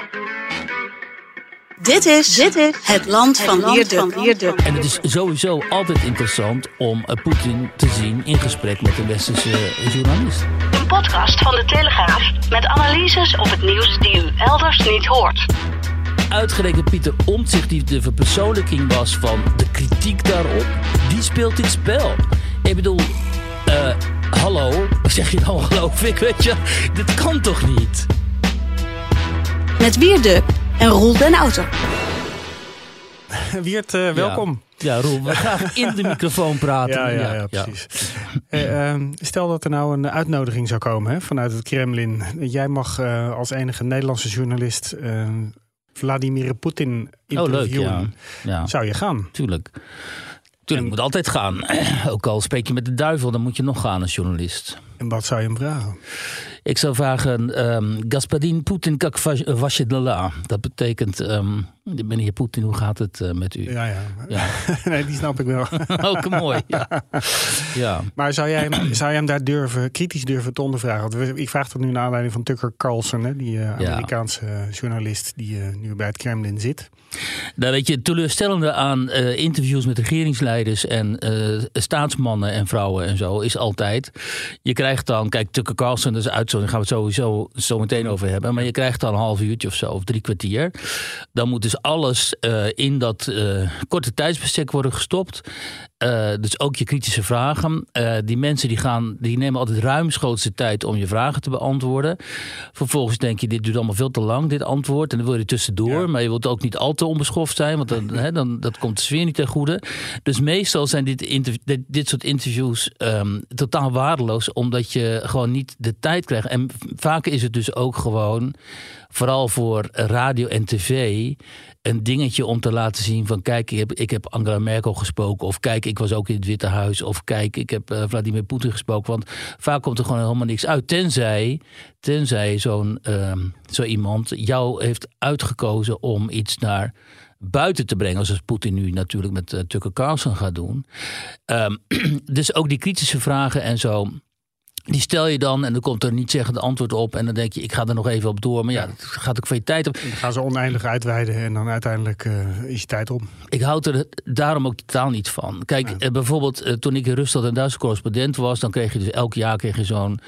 Dit is het land van Wierduk. En het is sowieso altijd interessant om Poetin te zien in gesprek met een westerse journalist. Een podcast van de Telegraaf met analyses op het nieuws die u elders niet hoort. Uitgerekend Pieter Omtzigt, die de verpersoonlijking was van de kritiek daarop, die speelt dit spel. Ik bedoel, hallo, zeg je nou geloof ik, weet je, dit kan toch niet? Met Wierduk en Roel den Outer. Wiert, welkom. Ja, Roel, we gaan in de microfoon praten. Ja, precies. Stel dat er nou een uitnodiging zou komen vanuit het Kremlin. Jij mag als enige Nederlandse journalist Vladimir Poetin interviewen. Leuk, ja. Zou je gaan? Tuurlijk, moet altijd gaan. Ook al spreek je met de duivel, dan moet je nog gaan als journalist. En wat zou je hem vragen? Ik zou vragen, Господин Poetin, как ваши дела? Dat betekent, meneer Poetin, hoe gaat het met u? Ja. Nee, die snap ik wel. Ook mooi, ja. Maar zou jij hem daar kritisch durven te ondervragen? Ik vraag dat nu naar aanleiding van Tucker Carlson, hè, die Amerikaanse journalist die nu bij het Kremlin zit. Nou, weet je, het teleurstellende aan interviews met regeringsleiders en staatsmannen en vrouwen en zo is altijd, je krijgt dan, kijk, Tucker Carlson, dat is uit, daar gaan we het sowieso zo meteen over hebben, maar je krijgt dan een half uurtje of zo, of 3 kwartier. Dan moet dus alles in dat korte tijdsbestek worden gestopt. Dus ook je kritische vragen. Die mensen die nemen altijd ruimschoots de tijd om je vragen te beantwoorden. Vervolgens denk je, dit duurt allemaal veel te lang, dit antwoord. En dan wil je tussendoor, maar je wilt ook niet al te onbeschoft zijn, want dan dat komt de sfeer niet ten goede. Dus meestal zijn dit soort interviews totaal waardeloos, omdat je gewoon niet de tijd krijgt. En vaak is het dus ook gewoon, vooral voor radio en tv, een dingetje om te laten zien van, kijk, ik heb Angela Merkel gesproken, of kijk, ik was ook in het Witte Huis, of kijk, ik heb Vladimir Poetin gesproken. Want vaak komt er gewoon helemaal niks uit, tenzij zo iemand jou heeft uitgekozen om iets naar buiten te brengen, zoals Poetin nu natuurlijk met Tucker Carlson gaat doen. Dus ook die kritische vragen en zo, die stel je dan en dan komt er niet zeggend antwoord op. En dan denk je, ik ga er nog even op door. Maar ja, dat gaat ook veel tijd op. Dan gaan ze oneindig uitweiden en dan uiteindelijk is je tijd op. Ik houd er daarom ook totaal niet van. Kijk, bijvoorbeeld toen ik in Rusland een Duitse correspondent was, dan kreeg je dus elk jaar zo'n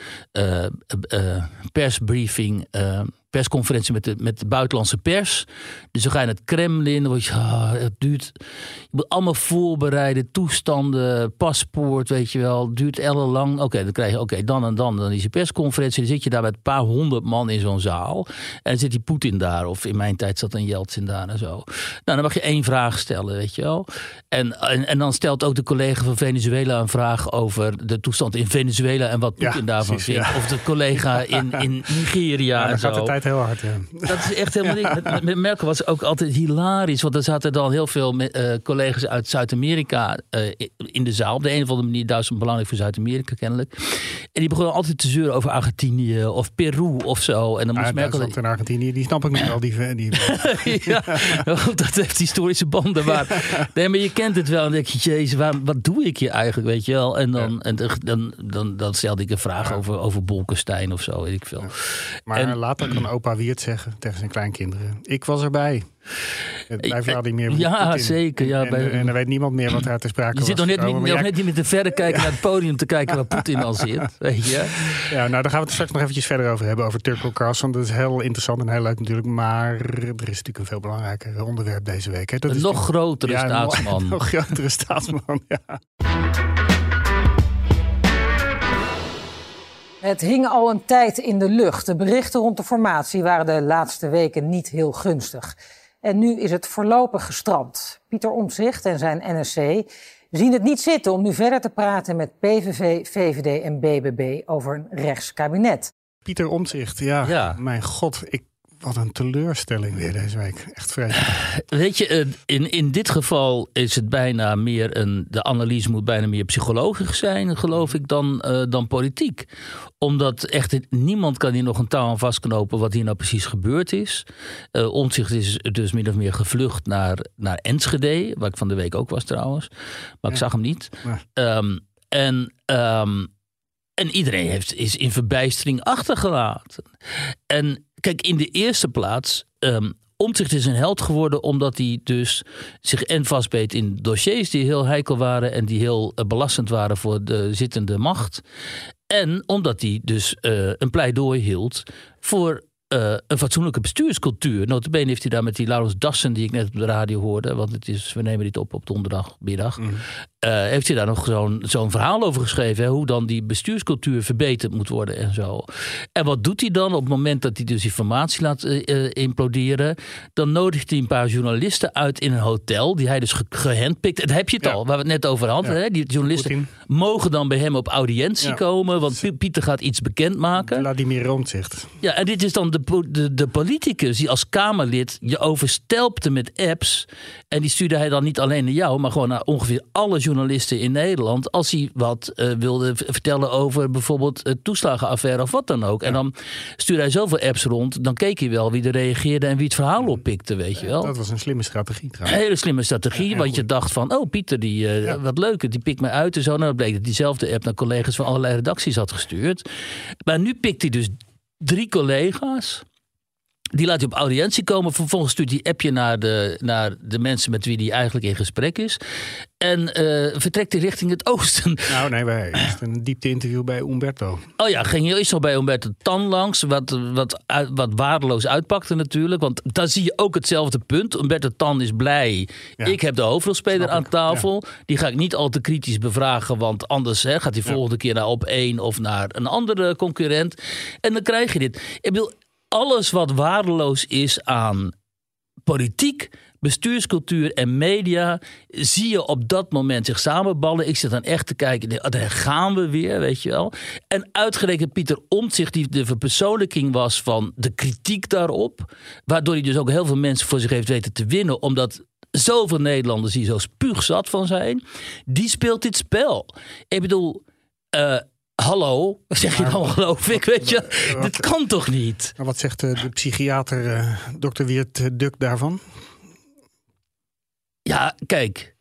persbriefing, persconferentie met de buitenlandse pers. Dus dan ga je naar het Kremlin. Dan word je, het duurt. Je moet allemaal voorbereiden, toestanden, paspoort, weet je wel. Het duurt ellenlang. Oké, dan krijg je, dan is je persconferentie. Dan zit je daar met een paar 100 man in zo'n zaal. En dan zit die Poetin daar. Of in mijn tijd zat een Yeltsin daar en zo. Nou, dan mag je 1 vraag stellen, weet je wel. En dan stelt ook de collega van Venezuela een vraag over de toestand in Venezuela en wat Poetin daarvan vindt. Ja. Of de collega in Nigeria en zo. Gaat de tijd heel hard, Dat is echt helemaal niet. Met Merkel was ook altijd hilarisch. Want er zaten dan heel veel collega's uit Zuid-Amerika in de zaal. Op de een of andere manier Duitsland belangrijk voor Zuid-Amerika kennelijk. En die begonnen altijd te zeuren over Argentinië of Peru of zo. En dan moest Merkel. Duitsland en Argentinië, die snap ik niet wel. Ja, dat heeft historische banden. Nee, maar je kent het wel. En dan denk je, jezus, wat doe ik hier eigenlijk, weet je wel? En dan stelde ik een vraag over Bolkestein of zo, weet ik veel. Ja. Maar later kan opa Wiert zeggen tegen zijn kleinkinderen, ik was erbij. Het blijft Vladimir Poetin. Ja, zeker. Ja, en er weet niemand meer wat daar ter sprake was. Je zit nog net niet met de verder kijken naar het podium te kijken waar Poetin al zit. Weet je? Ja, nou, daar gaan we het straks nog eventjes verder over hebben. Over Tucker Carlson. Dat is heel interessant en heel leuk natuurlijk. Maar er is natuurlijk een veel belangrijker onderwerp deze week. Hè. Een nog grotere staatsman. Een nog grotere staatsman, ja. Het hing al een tijd in de lucht. De berichten rond de formatie waren de laatste weken niet heel gunstig. En nu is het voorlopig gestrand. Pieter Omtzigt en zijn NSC zien het niet zitten om nu verder te praten met PVV, VVD en BBB over een rechtskabinet. Pieter Omtzigt, ja. Mijn god, wat een teleurstelling weer deze week. Echt vreselijk. Weet je, in dit geval is het bijna meer de analyse moet bijna meer psychologisch zijn, geloof ik, dan politiek. Omdat echt niemand kan hier nog een touw aan vastknopen wat hier nou precies gebeurd is. Omtzigt is dus min of meer gevlucht naar Enschede, waar ik van de week ook was trouwens. Maar ik zag hem niet. En iedereen is in verbijstering achtergelaten. En kijk, in de eerste plaats Omtzigt is een held geworden omdat hij dus zich vastbeet in dossiers die heel heikel waren en die heel belastend waren voor de zittende macht. En omdat hij dus een pleidooi hield voor een fatsoenlijke bestuurscultuur. Notabene heeft hij daar met die Laurens Dassen, die ik net op de radio hoorde, want we nemen dit op donderdagmiddag, heeft hij daar nog zo'n verhaal over geschreven, hè, hoe dan die bestuurscultuur verbeterd moet worden en zo. En wat doet hij dan op het moment dat hij dus informatie laat imploderen? Dan nodigt hij een paar journalisten uit in een hotel, die hij dus gehandpikt. En daar heb je het al, waar we het net over hadden. Ja. Hè? Die journalisten mogen dan bij hem op audiëntie komen, want Pieter gaat iets bekendmaken. Vladimir Omtzigt. Ja, en dit is dan de politicus die als Kamerlid je overstelpte met apps. En die stuurde hij dan niet alleen naar jou, maar gewoon naar ongeveer alle journalisten in Nederland. Als hij wat wilde vertellen over bijvoorbeeld toeslagenaffaire of wat dan ook. Ja. En dan stuurde hij zoveel apps rond. Dan keek hij wel wie er reageerde en wie het verhaal oppikte, weet je wel. Dat was een slimme strategie trouwens. Een hele slimme strategie, want je dacht van, oh Pieter, wat leuk, die pikt mij uit en zo. Nou, dan bleek dat diezelfde app naar collega's van allerlei redacties had gestuurd. Maar nu pikt hij dus 3 collega's. Die laat hij op audiëntie komen. Vervolgens stuurt hij appje naar de mensen met wie hij eigenlijk in gesprek is. En vertrekt hij richting het oosten. Nou nee, wij een diepte-interview bij Umberto. Oh ja, ging je eerst nog bij Umberto Tan langs. Wat waardeloos uitpakte natuurlijk. Want daar zie je ook hetzelfde punt. Umberto Tan is blij. Ja. Ik heb de hoofdrolspeler aan tafel. Ja. Die ga ik niet al te kritisch bevragen. Want anders gaat hij volgende keer naar Op1 of naar een andere concurrent. En dan krijg je dit. Ik bedoel, alles wat waardeloos is aan politiek, bestuurscultuur en media, zie je op dat moment zich samenballen. Ik zit dan echt te kijken, daar gaan we weer, weet je wel. En uitgerekend Pieter Omtzigt, die de verpersoonlijking was van de kritiek daarop, waardoor hij dus ook heel veel mensen voor zich heeft weten te winnen, omdat zoveel Nederlanders die zo spuugzat van zijn, die speelt dit spel. Ik bedoel, hallo, zeg je dan geloof ik, weet je? Dit kan toch niet? Wat zegt de psychiater Dr. Wiert Duk daarvan? Ja, kijk.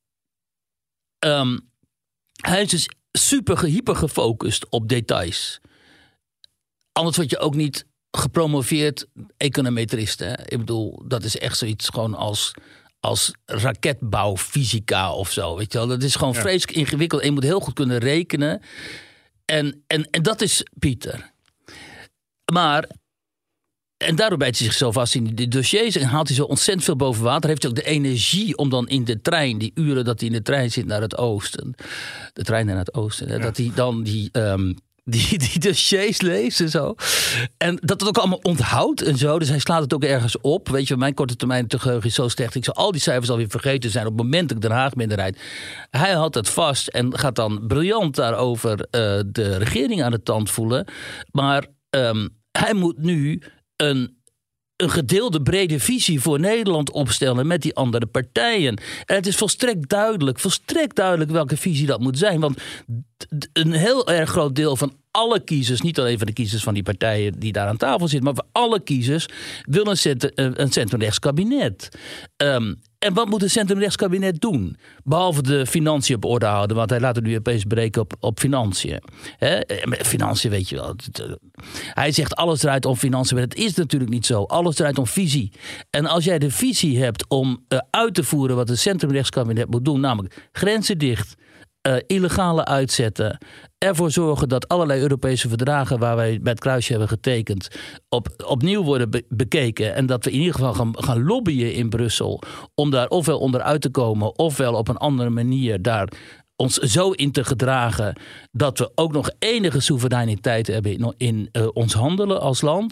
Hij is dus hyper gefocust op details. Anders word je ook niet gepromoveerd econometrist. Hè? Ik bedoel, dat is echt zoiets gewoon als raketbouwfysica of zo. Weet je wel? Dat is gewoon vreselijk ingewikkeld. En je moet heel goed kunnen rekenen. En dat is Pieter. Maar, en daardoor bijt hij zich zo vast in die dossiers en haalt hij zo ontzettend veel boven water. Heeft hij ook de energie om dan in de trein, die uren dat hij in de trein zit naar het oosten. De trein naar het oosten. Ja. Dat hij dan die dossiers leest en zo. En dat het ook allemaal onthoudt en zo. Dus hij slaat het ook ergens op. Weet je, mijn korte termijn geheugen is zo slecht. Ik zou al die cijfers alweer vergeten zijn op het moment dat ik Den Haag minderheid. Hij had het vast en gaat dan briljant daarover de regering aan de tand voelen. Maar hij moet nu een gedeelde brede visie voor Nederland opstellen met die andere partijen. En het is volstrekt duidelijk welke visie dat moet zijn. Want een heel erg groot deel van alle kiezers, niet alleen van de kiezers van die partijen die daar aan tafel zitten, maar voor alle kiezers wil een centrumrechts kabinet. En wat moet een centrumrechtskabinet doen? Behalve de financiën op orde houden. Want hij laat het nu opeens breken op financiën. Financiën, weet je wel. Hij zegt alles draait om financiën. Maar het is natuurlijk niet zo. Alles draait om visie. En als jij de visie hebt om uit te voeren wat een centrumrechtskabinet moet doen. Namelijk grenzen dicht. Illegale uitzetten. Ervoor zorgen dat allerlei Europese verdragen waar wij bij het kruisje hebben getekend opnieuw worden bekeken. En dat we in ieder geval gaan lobbyen in Brussel om daar ofwel onderuit te komen ofwel op een andere manier daar ons zo in te gedragen dat we ook nog enige soevereiniteit hebben in ons handelen als land.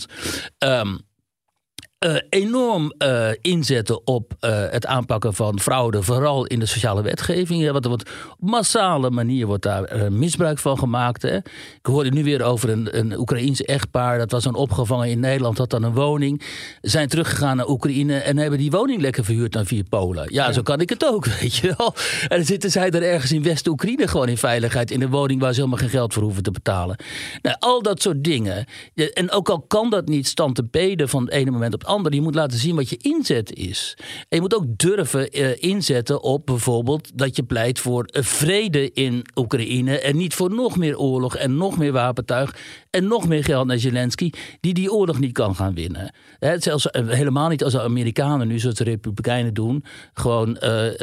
Enorm inzetten op het aanpakken van fraude, vooral in de sociale wetgeving. Want er wordt op massale manier wordt daar misbruik van gemaakt. Hè. Ik hoorde nu weer over een Oekraïens echtpaar. Dat was dan opgevangen in Nederland, had dan een woning. Zijn teruggegaan naar Oekraïne en hebben die woning lekker verhuurd aan 4 Polen. Ja, zo kan ik het ook, weet je wel. En dan zitten zij er ergens in West-Oekraïne gewoon in veiligheid in een woning waar ze helemaal geen geld voor hoeven te betalen. Nou, al dat soort dingen. En ook al kan dat niet stand te beden van het ene moment op het andere. Je moet laten zien wat je inzet is. En je moet ook durven inzetten op bijvoorbeeld dat je pleit voor vrede in Oekraïne en niet voor nog meer oorlog en nog meer wapentuig en nog meer geld naar Zelensky, die oorlog niet kan gaan winnen. Zelfs helemaal niet als de Amerikanen nu, zoals de Republikeinen doen, gewoon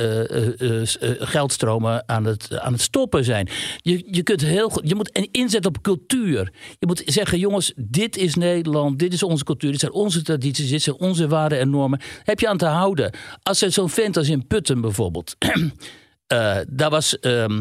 geldstromen aan het stoppen zijn. Je moet inzetten op cultuur. Je moet zeggen, jongens, dit is Nederland, dit is onze cultuur, dit zijn onze tradities, dit zijn onze waarden en normen. Heb je aan te houden. Als er zo'n vent als in Putten bijvoorbeeld, daar was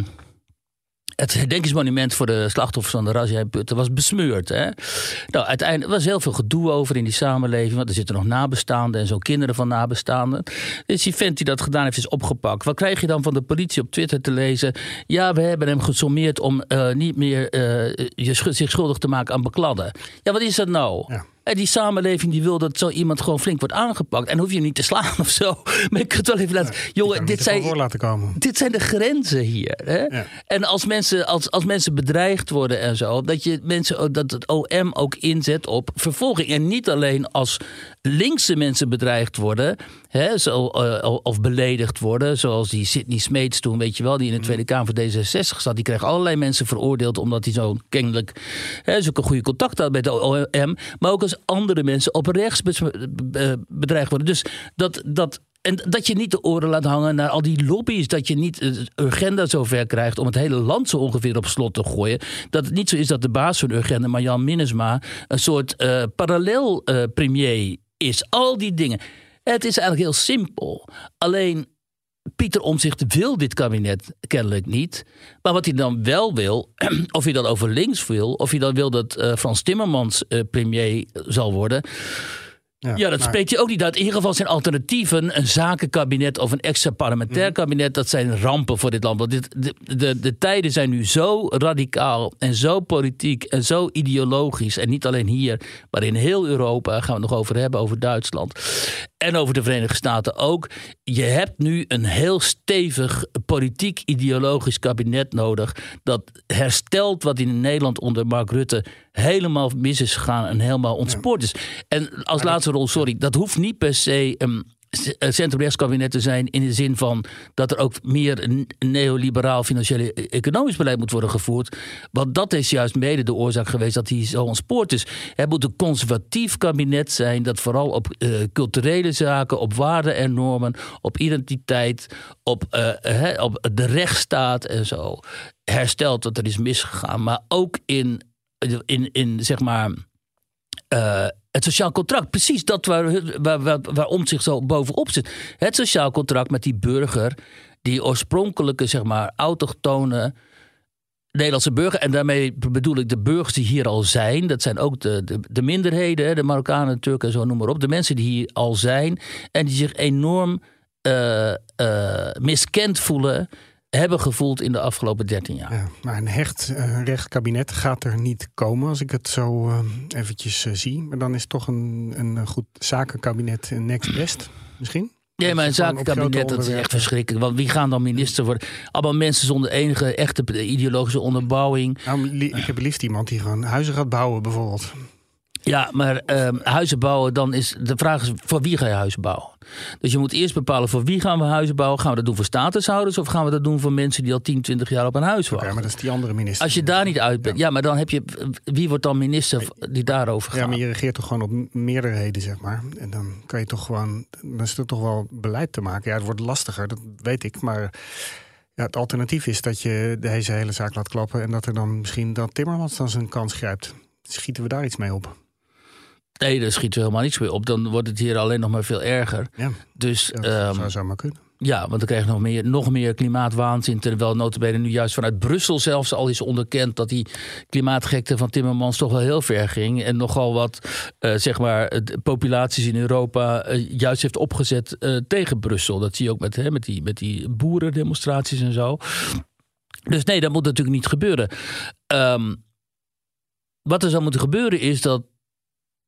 het herdenkingsmonument voor de slachtoffers van de razzia in Putten was besmeurd. Hè? Nou, uiteindelijk was heel veel gedoe over in die samenleving. Want er zitten nog nabestaanden en zo kinderen van nabestaanden. Dus die vent die dat gedaan heeft is opgepakt. Wat krijg je dan van de politie op Twitter te lezen? Ja, we hebben hem gesommeerd om niet meer zich schuldig te maken aan bekladden. Ja, wat is dat nou? Ja. En die samenleving die wil dat zo iemand gewoon flink wordt aangepakt. En hoef je hem niet te slaan of zo. Maar je kunt wel even laten... jongen, dit zijn de grenzen hier. Hè? Ja. En als mensen bedreigd worden en zo... dat het OM ook inzet op vervolging. En niet alleen als linkse mensen bedreigd worden... of beledigd worden. Zoals die Sidney Smeets toen, weet je wel... die in de Tweede Kamer voor D66 zat. Die kreeg allerlei mensen veroordeeld... omdat hij zo kennelijk zulke goede contact had met de OM. Maar ook als andere mensen op rechts bedreigd worden. Dus dat je niet de oren laat hangen naar al die lobby's. Dat je niet het Urgenda zover krijgt om het hele land zo ongeveer op slot te gooien. Dat het niet zo is dat de baas van Urgenda, Marjan Minnesma, een soort parallel premier is. Al die dingen. Het is eigenlijk heel simpel. Alleen Pieter Omtzigt wil dit kabinet kennelijk niet. Maar wat hij dan wel wil, of hij dan over links wil... of hij dan wil dat Frans Timmermans premier zal worden... Ja, dat spreekt hij ook niet uit. In ieder geval zijn alternatieven een zakenkabinet of een extra parlementair kabinet. Dat zijn rampen voor dit land. Want de tijden zijn nu zo radicaal en zo politiek en zo ideologisch. En niet alleen hier, maar in heel Europa gaan we het nog over hebben, over Duitsland. En over de Verenigde Staten ook. Je hebt nu een heel stevig politiek-ideologisch kabinet nodig. Dat herstelt wat in Nederland onder Mark Rutte helemaal mis is gegaan en helemaal ontspoord is. En als laatste rol, dat hoeft niet per se een centrum-rechts kabinet te zijn in de zin van dat er ook meer een neoliberaal financiële economisch beleid moet worden gevoerd. Want dat is juist mede de oorzaak geweest dat hij zo ontspoord is. Het moet een conservatief kabinet zijn dat vooral op culturele zaken, op waarden en normen, op identiteit, op de rechtsstaat en zo herstelt wat er is misgegaan. Maar ook in zeg maar het sociaal contract. Precies dat waar Omtzigt zo bovenop zit. Het sociaal contract met die burger, die oorspronkelijke, zeg maar, autochtone Nederlandse burger. En daarmee bedoel ik de burgers die hier al zijn. Dat zijn ook de minderheden, de Marokkanen, de Turken en zo, noem maar op. De mensen die hier al zijn en die zich enorm miskend voelen, hebben gevoeld in de afgelopen 13 jaar. Ja, maar een recht kabinet gaat er niet komen, als ik het zo eventjes zie. Maar dan is toch een goed zakenkabinet next best, misschien? Ja, maar een zakenkabinet, dat is echt verschrikkelijk. Want wie gaan dan minister worden? Allemaal mensen zonder enige echte ideologische onderbouwing. Nou, ik heb liefst iemand die gewoon huizen gaat bouwen, bijvoorbeeld. Ja, maar huizen bouwen, dan is de vraag is, voor wie ga je huizen bouwen? Dus je moet eerst bepalen voor wie gaan we huizen bouwen. Gaan we dat doen voor statushouders of gaan we dat doen voor mensen die al 10, 20 jaar op een huis wachten? Ja, maar dat is die andere minister. Als je daar niet uit bent, ja, maar dan heb je, wie wordt dan minister die daarover gaat? Ja, maar je regeert toch gewoon op meerderheden, zeg maar. En dan kan je toch gewoon, dan is er toch wel beleid te maken. Ja, het wordt lastiger, dat weet ik, maar ja, het alternatief is dat je deze hele zaak laat klappen en dat er dan misschien dat Timmermans dan zijn kans grijpt. Schieten we daar iets mee op? Nee, daar schieten we helemaal niks mee op. Dan wordt het hier alleen nog maar veel erger. Ja, dus, dat zou maar kunnen. Ja, want dan krijg je nog meer klimaatwaanzin. Terwijl nota bene nu juist vanuit Brussel zelfs al is onderkend dat die klimaatgekte van Timmermans toch wel heel ver ging. En nogal wat, zeg maar, de populaties in Europa juist heeft opgezet tegen Brussel. Dat zie je ook met die boerendemonstraties en zo. Dus nee, dat moet natuurlijk niet gebeuren. Wat er zou moeten gebeuren is dat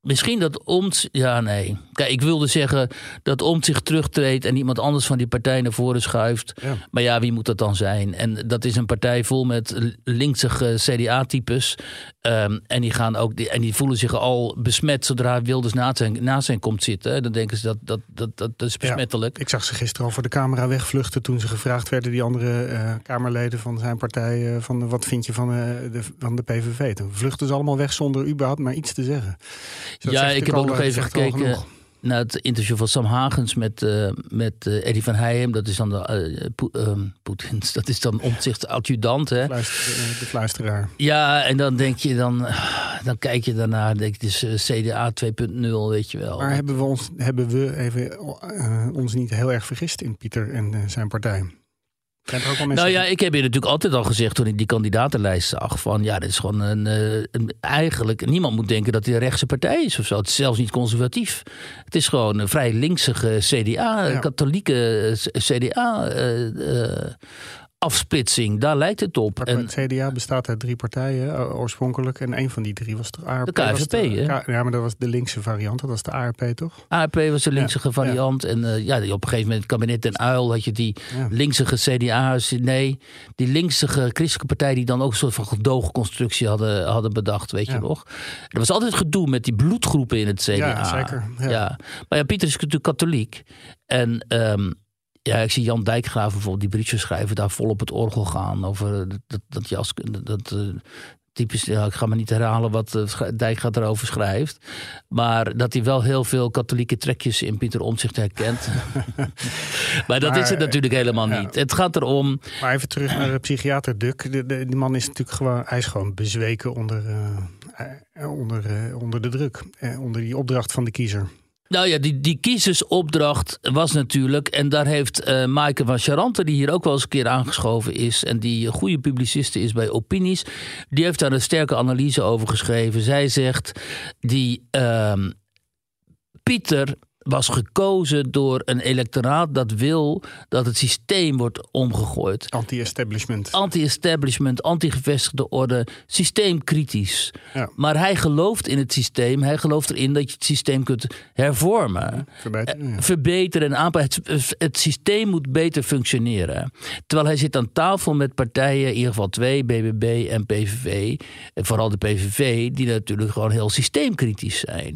Misschien dat Omtzigt... Ja, nee. Kijk, ik wilde zeggen dat Omtzigt terugtreedt en iemand anders van die partij naar voren schuift. Ja. Maar ja, wie moet dat dan zijn? En dat is een partij vol met linksige CDA-types. En die gaan ook die voelen zich al besmet zodra Wilders naast zijn komt zitten. Dan denken ze dat is besmettelijk. Ja, ik zag ze gisteren al voor de camera wegvluchten toen ze gevraagd werden, die andere Kamerleden van zijn partij, van wat vind je van de PVV? Toen vluchten ze allemaal weg zonder überhaupt maar iets te zeggen. Ja, ik heb ook nog even gekeken naar het interview van Sam Hagens met Eddie van Heijem. Dat is dan Poetins. Dat is dan Omtzigt adjudant. Hè? De fluisteraar. Ja, en dan denk je dan kijk je daarnaar. Denk je, het is CDA 2.0, weet je wel. Maar hebben we ons niet heel erg vergist in Pieter en zijn partij? Nou ja, ik heb je natuurlijk altijd al gezegd toen ik die kandidatenlijst zag van ja, dit is gewoon eigenlijk niemand moet denken dat dit een rechtse partij is of zo. Het is zelfs niet conservatief. Het is gewoon een vrij linksige CDA, katholieke CDA afsplitsing. Daar lijkt het op. Het CDA bestaat uit 3 partijen oorspronkelijk. En een van die 3 was de ARP. De KVP, hè? Ja, maar dat was de linkse variant. Dat was de ARP, toch? ARP was de linkse variant. Ja. En op een gegeven moment, het kabinet Den Uyl, had je die linksige CDA's. Nee, die linkse christelijke partij die dan ook een soort van gedoogconstructie hadden bedacht, weet je nog? Er was altijd gedoe met die bloedgroepen in het CDA. Ja, zeker. Ja. Maar ja, Pieter is natuurlijk katholiek. En ja, ik zie Jan Dijkgraaf bijvoorbeeld die briefjes schrijven, daar vol op het orgel gaan over dat typisch. Ja, ik ga me niet herhalen wat Dijkgraaf erover schrijft, maar dat hij wel heel veel katholieke trekjes in Pieter Omtzigt herkent. maar dat is het natuurlijk helemaal niet. Het gaat erom. Maar even terug naar de psychiater Duk. Die man is natuurlijk gewoon bezweken onder de druk, onder die opdracht van de kiezer. Nou ja, die kiezersopdracht was natuurlijk, en daar heeft Maaike van Charante, die hier ook wel eens een keer aangeschoven is en die een goede publiciste is bij Opinies, die heeft daar een sterke analyse over geschreven. Zij zegt, Pieter was gekozen door een electoraat dat wil dat het systeem wordt omgegooid. Anti-establishment, anti-gevestigde orde, systeemkritisch. Ja. Maar hij gelooft in het systeem. Hij gelooft erin dat je het systeem kunt hervormen. Verbeteren en aanpassen. Het systeem moet beter functioneren. Terwijl hij zit aan tafel met partijen, in ieder geval 2, BBB en PVV. En vooral de PVV, die natuurlijk gewoon heel systeemkritisch zijn.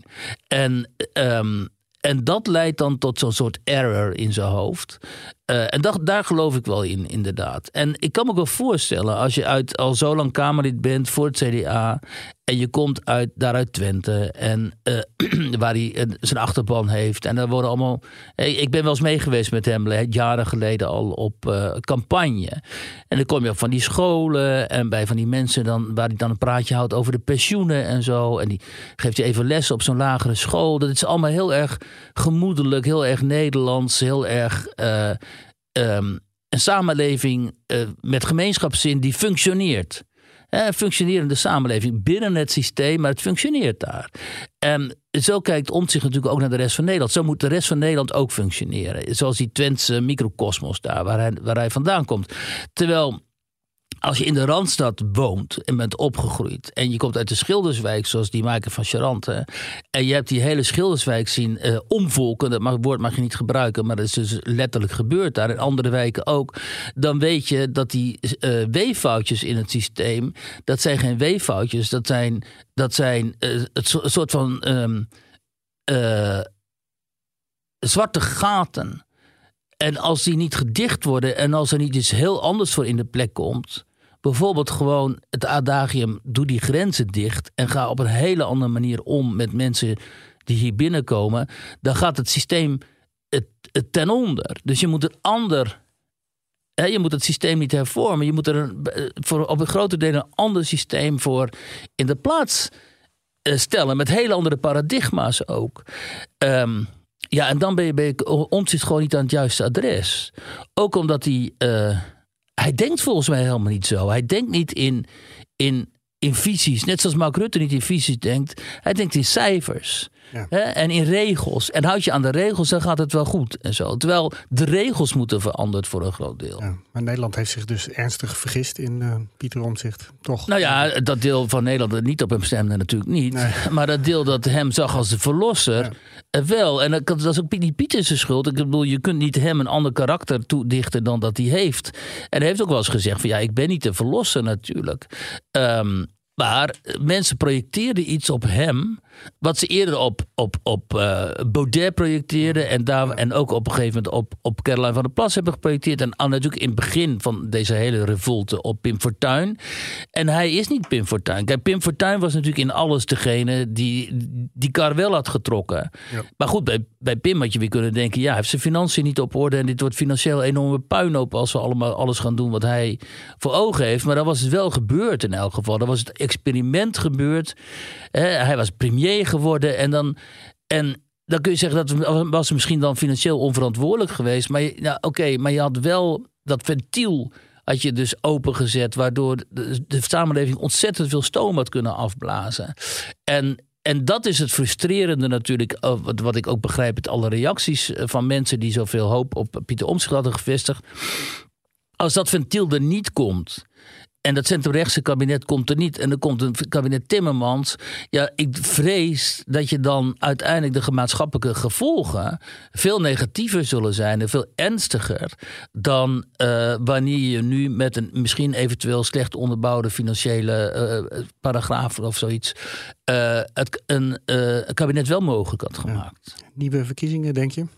En dat leidt dan tot zo'n soort error in zijn hoofd. En daar geloof ik wel in, inderdaad. En ik kan me wel voorstellen, als je al zo lang Kamerlid bent voor het CDA en je komt uit Twente en waar hij zijn achterban heeft. En daar worden allemaal. Ik ben wel eens mee geweest met hem jaren geleden al op campagne. En dan kom je op van die scholen en bij van die mensen waar hij dan een praatje houdt over de pensioenen en zo. En die geeft je even les op zo'n lagere school. Dat is allemaal heel erg gemoedelijk, heel erg Nederlands, heel erg een samenleving met gemeenschapszin die functioneert. Een functionerende samenleving binnen het systeem, maar het functioneert daar. En zo kijkt Omtzigt natuurlijk ook naar de rest van Nederland. Zo moet de rest van Nederland ook functioneren. Zoals die Twentse microcosmos daar, waar hij vandaan komt. Terwijl, als je in de Randstad woont en bent opgegroeid en je komt uit de Schilderswijk, zoals die Maaike van Charante, en je hebt die hele Schilderswijk zien omvolken, dat woord mag je niet gebruiken, maar dat is dus letterlijk gebeurd daar, in andere wijken ook, dan weet je dat die weeffoutjes in het systeem, dat zijn geen weeffoutjes, dat zijn het soort van zwarte gaten. En als die niet gedicht worden en als er niet iets heel anders voor in de plek komt, bijvoorbeeld gewoon het adagium, doe die grenzen dicht en ga op een hele andere manier om met mensen die hier binnenkomen, dan gaat het systeem ten onder. Dus je moet je moet het systeem niet hervormen. Je moet er op een grote deel een ander systeem voor in de plaats stellen, met hele andere paradigma's ook. Ja, en dan ben je Omtzigt gewoon niet aan het juiste adres. Ook omdat hij denkt volgens mij helemaal niet zo. Hij denkt niet in visies. Net zoals Mark Rutte niet in visies denkt. Hij denkt in cijfers. Ja. Hè? En in regels. En houd je aan de regels, dan gaat het wel goed. En zo. Terwijl de regels moeten veranderd voor een groot deel. Ja, maar Nederland heeft zich dus ernstig vergist in Pieter Omtzigt, toch? Nou ja, dat deel van Nederland dat niet op hem stemde natuurlijk niet. Nee. Maar dat deel dat hem zag als de verlosser wel. En dat is ook niet Pieters schuld. Ik bedoel, je kunt niet hem een ander karakter toedichten dan dat hij heeft. En hij heeft ook wel eens gezegd van ik ben niet de verlosser natuurlijk. Maar mensen projecteerden iets op hem wat ze eerder op Baudet projecteerden en ook op een gegeven moment op Caroline van der Plas hebben geprojecteerd. En natuurlijk in het begin van deze hele revolte op Pim Fortuyn. En hij is niet Pim Fortuyn. Kijk, Pim Fortuyn was natuurlijk in alles degene die kar wel had getrokken. Ja. Maar goed, bij Pim had je weer kunnen denken, hij heeft zijn financiën niet op orde en dit wordt financieel een enorme puinhoop als we allemaal alles gaan doen wat hij voor ogen heeft. Maar dat was het wel gebeurd in elk geval. Dat was het experiment gebeurd. Hij was premier geworden en dan kun je zeggen dat was misschien dan financieel onverantwoordelijk geweest. Maar maar je had wel dat ventiel had je dus opengezet, waardoor de samenleving ontzettend veel stoom had kunnen afblazen. En dat is het frustrerende natuurlijk, wat ik ook begrijp uit alle reacties van mensen die zoveel hoop op Pieter Omtzigt hadden gevestigd. Als dat ventiel er niet komt en dat centrumrechtse kabinet komt er niet en er komt een kabinet Timmermans. Ja, ik vrees dat je dan uiteindelijk de maatschappelijke gevolgen veel negatiever zullen zijn en veel ernstiger dan wanneer je nu met een misschien eventueel slecht onderbouwde financiële paragraaf of zoiets een kabinet wel mogelijk had gemaakt. Ja. Nieuwe verkiezingen, denk je?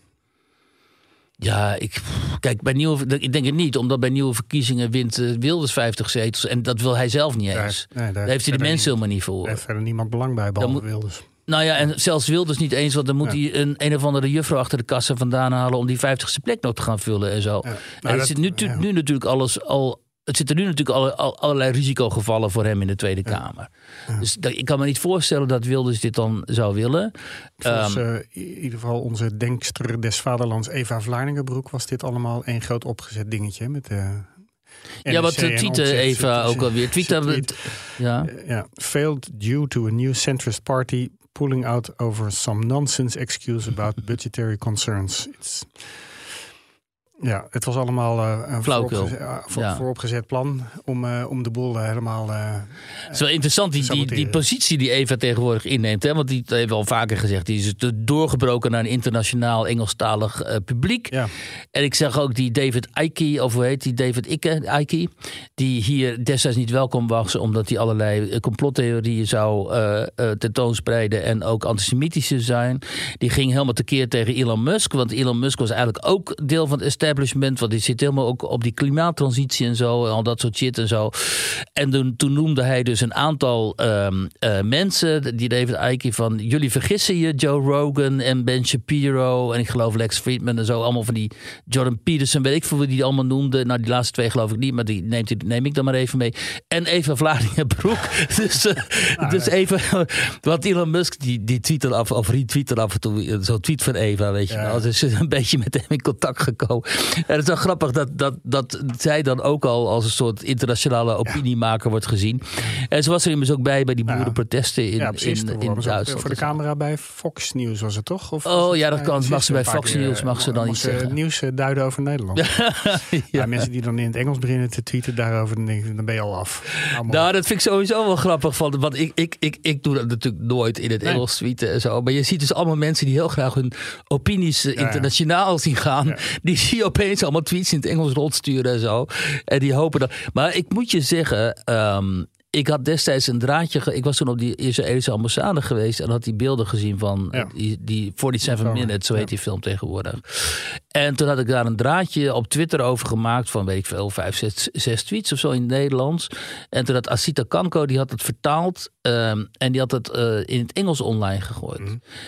Ja, ik denk het niet. Omdat bij nieuwe verkiezingen wint Wilders 50 zetels. En dat wil hij zelf niet eens. Daar heeft hij de mensen helemaal niet voor. Daar heeft verder niemand belang bij, behalve Wilders. Nou ja, en zelfs Wilders niet eens. Want dan moet hij een of andere juffrouw achter de kassa vandaan halen om die 50ste plek nog te gaan vullen en zo. Ja. En het zit nu natuurlijk alles al. Het zitten nu natuurlijk allerlei risicogevallen voor hem in de Tweede Kamer. Ja. Dus ik kan me niet voorstellen dat Wilders dit dan zou willen. Volgens in ieder geval onze denkster des vaderlands Eva Vlaardingenbroek was dit allemaal één groot opgezet dingetje. Met wat tweette Eva ook alweer. Failed due to a new centrist party pulling out over some nonsense excuse about budgetary concerns. Ja, het was allemaal een vooropgezet plan om de boel helemaal. Het is wel interessant, die positie die Eva tegenwoordig inneemt. Hè? Want die heeft al vaker gezegd, die is doorgebroken naar een internationaal Engelstalig publiek. Ja. En ik zag ook die David Icke, of hoe heet die, David Icke, die hier destijds niet welkom was, omdat hij allerlei complottheorieën zou tentoonspreiden en ook antisemitische zijn. Die ging helemaal tekeer tegen Elon Musk, want Elon Musk was eigenlijk ook deel van het establishment, want die zit helemaal ook op die klimaattransitie en zo, al dat soort shit en zo. En toen noemde hij dus een aantal mensen, die David Icke, van jullie vergissen je, Joe Rogan en Ben Shapiro en ik geloof Lex Friedman en zo, allemaal van die Jordan Peterson, weet ik veel wie die allemaal noemde. Nou, die laatste twee geloof ik niet, maar die neem ik dan maar even mee. En Eva Vlaardingenbroek. Dus even, want Elon Musk die tweet dan af, of retweet dan af en toe zo'n tweet van Eva, weet je wel. Dus een beetje met hem in contact gekomen. En het is wel grappig dat zij dan ook al als een soort internationale opiniemaker wordt gezien. En ze was er immers ook bij die boerenprotesten in Duitsland. Voor de camera bij Fox News was het toch? Of dat kan. Mag ze bij Fox News mag ze dan iets zeggen. Nieuws duiden over Nederland. Mensen die dan in het Engels beginnen te tweeten daarover, dan ben je al af. Nou, dat vind ik sowieso wel grappig. Want ik doe dat natuurlijk nooit in het Engels tweeten en zo. Maar je ziet dus allemaal mensen die heel graag hun opinies internationaal zien gaan. Ja. Die zie je opeens allemaal tweets in het Engels rondsturen en zo. En die hopen dat. Maar ik moet je zeggen, ik had destijds een draadje. Ik was toen op die Israëlische ambassade geweest en had die beelden gezien van die 47 Minutes, zo heet die film tegenwoordig. En toen had ik daar een draadje op Twitter over gemaakt van, weet ik veel, 5, 6 tweets of zo in het Nederlands. En toen had Asita Kanko, die had het vertaald en die had het in het Engels online gegooid.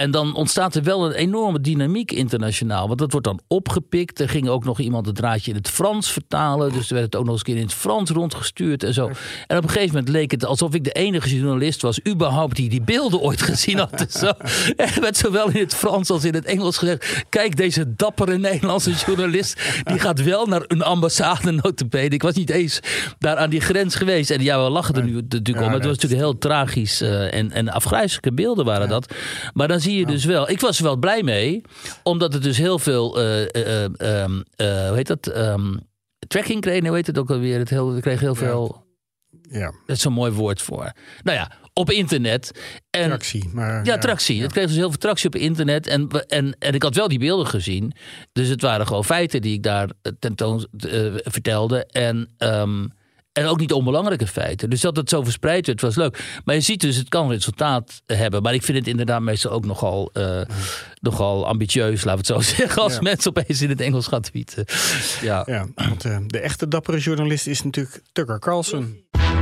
En dan ontstaat er wel een enorme dynamiek internationaal. Want dat wordt dan opgepikt. Er ging ook nog iemand het draadje in het Frans vertalen. Dus er werd het ook nog eens een keer in het Frans rondgestuurd en zo. En op een gegeven moment leek het alsof ik de enige journalist was überhaupt die beelden ooit gezien had. Dus zo, er werd zowel in het Frans als in het Engels gezegd: kijk, deze dappere Nederlandse journalist, die gaat wel naar een ambassade nota bene. Ik was niet eens daar aan die grens geweest. En ja, we lachen er nu natuurlijk om. Het was natuurlijk heel tragisch en afgrijzelijke beelden waren dat. Maar dan zie je dus wel. Ik was er wel blij mee, omdat het dus heel veel hoe heet dat? Tracking kreeg, hoe heet het ook alweer? Het kreeg heel veel. Ja. Dat is zo'n mooi woord voor. Nou ja, op internet. En, tractie. Tractie. Ja. Het kreeg dus heel veel tractie op internet. En ik had wel die beelden gezien. Dus het waren gewoon feiten die ik daar tentoon vertelde. En ook niet onbelangrijke feiten. Dus dat het zo verspreid werd, was leuk. Maar je ziet dus, het kan resultaat hebben. Maar ik vind het inderdaad meestal ook nogal ambitieus, laten we het zo zeggen. Als mensen opeens in het Engels gaan tweeten. Ja, want de echte dappere journalist is natuurlijk Tucker Carlson.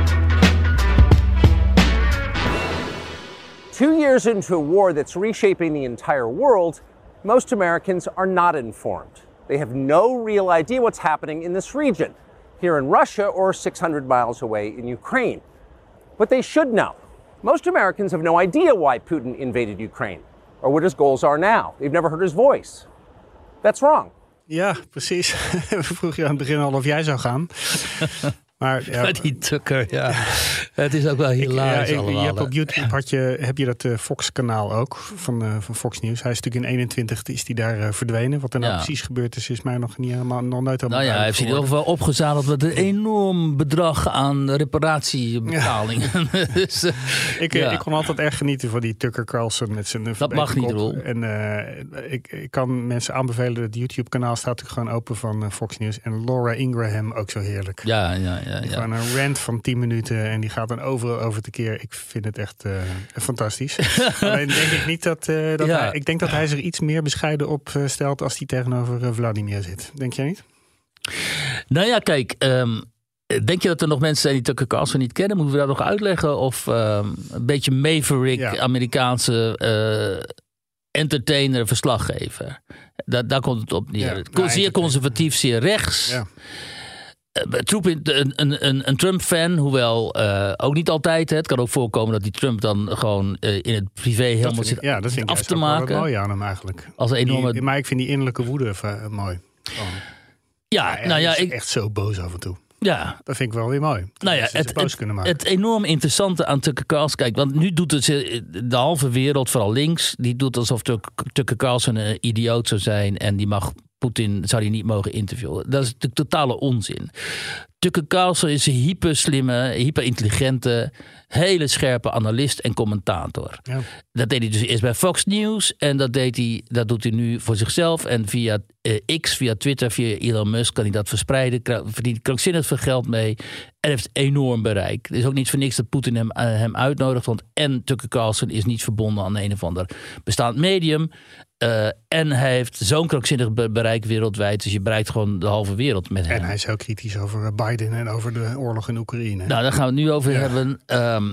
2 years into a war that's reshaping the entire world, most Americans are not informed. They have no real idea what's happening in this region, here in Russia or 600 miles away in Ukraine. But they should know. Most Americans have no idea why Putin invaded Ukraine or what his goals are now. They've never heard his voice. That's wrong. Ja, precies. We vroegen je aan het begin al of jij zou gaan. Maar die Tucker, ja. Het is ook wel hilarisch allemaal. Je hebt op YouTube heb je dat Fox-kanaal ook van Fox News. Hij is natuurlijk in 21 is die daar verdwenen. Wat er nou precies gebeurd is mij nog nooit helemaal hij heeft in ieder geval opgezadeld met een enorm bedrag aan reparatiebetalingen. Ja. Dus, ik kon altijd erg genieten van die Tucker Carlson met zijn dat mag niet, Roel. En ik kan mensen aanbevelen, het YouTube-kanaal staat natuurlijk gewoon open van Fox News. En Laura Ingraham ook zo heerlijk. Ja. Gewoon een rant van 10 minuten en die gaat dan overal over tekeer. Ik vind het echt fantastisch. Alleen denk ik niet dat hij... Ik denk dat hij zich iets meer bescheiden op stelt als hij tegenover Vladimir zit. Denk jij niet? Nou ja, kijk... denk je dat er nog mensen zijn die Tucker Carlson niet kennen? Moeten we dat nog uitleggen? Of een beetje maverick, Amerikaanse entertainer, verslaggever? Daar komt het op neer. Zeer conservatief, zeer rechts. Ja. Een Trump-fan, hoewel ook niet altijd. Het kan ook voorkomen dat die Trump dan gewoon in het privé helemaal zit af te maken. Dat is mooi aan hem eigenlijk. Als een enorme... Maar ik vind die innerlijke woede mooi. Hij is echt zo boos af en toe. Ja. Dat vind ik wel weer mooi. Nou ja, het enorm interessante aan Tucker Carlson... Kijk, want nu doet het de halve wereld, vooral links... die doet alsof Tucker Carlson een idioot zou zijn... en die Poetin zou die niet mogen interviewen. Dat is natuurlijk totale onzin. Tucker Carlson is een hyperslimme, hyperintelligente, hele scherpe analist en commentator. Ja. Dat deed hij dus eerst bij Fox News en dat doet hij nu voor zichzelf. En via X, via Twitter, via Elon Musk kan hij dat verspreiden. Verdient krankzinnig veel geld mee en heeft enorm bereik. Het is ook niet voor niks dat Poetin hem uitnodigt. Want Tucker Carlson is niet verbonden aan een of ander bestaand medium. En hij heeft zo'n krankzinnig bereik wereldwijd. Dus je bereikt gewoon de halve wereld met hem. En hij is heel kritisch over Biden en over de oorlog in Oekraïne. Nou, daar gaan we het nu over hebben.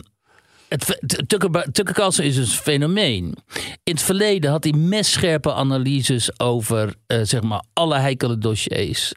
Tucker Carlson is een fenomeen. In het verleden had hij messcherpe analyses over zeg maar alle heikele dossiers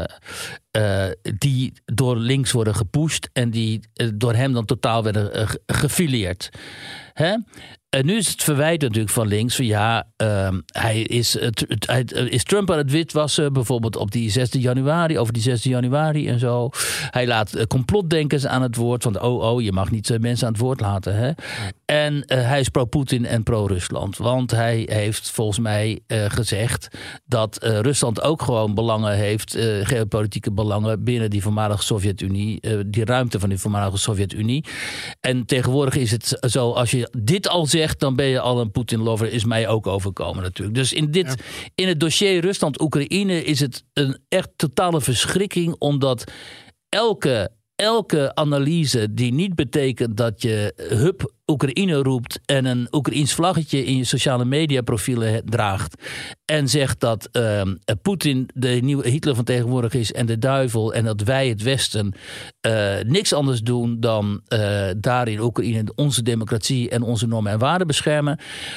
die door links worden gepusht en die door hem dan totaal werden gefileerd. Hè? En nu is het verwijt natuurlijk van links van hij is Trump aan het witwassen, bijvoorbeeld op die 6 januari, over die 6 januari en zo. Hij laat complotdenkers aan het woord, want je mag niet mensen aan het woord laten. Hè? En hij is pro-Poetin en pro-Rusland, want hij heeft volgens mij gezegd dat Rusland ook gewoon belangen heeft, geopolitieke belangen binnen die voormalige Sovjet-Unie, die ruimte van die voormalige Sovjet-Unie. En tegenwoordig is het zo, als je dit al zegt, dan ben je al een Poetin-lover, is mij ook overkomen natuurlijk. Dus in het dossier Rusland-Oekraïne is het een echt totale verschrikking, omdat elke analyse die niet betekent dat je Oekraïne roept en een Oekraïens vlaggetje in je sociale media profielen draagt en zegt dat Poetin de nieuwe Hitler van tegenwoordig is en de duivel en dat wij het Westen niks anders doen dan daar in Oekraïne onze democratie en onze normen en waarden beschermen.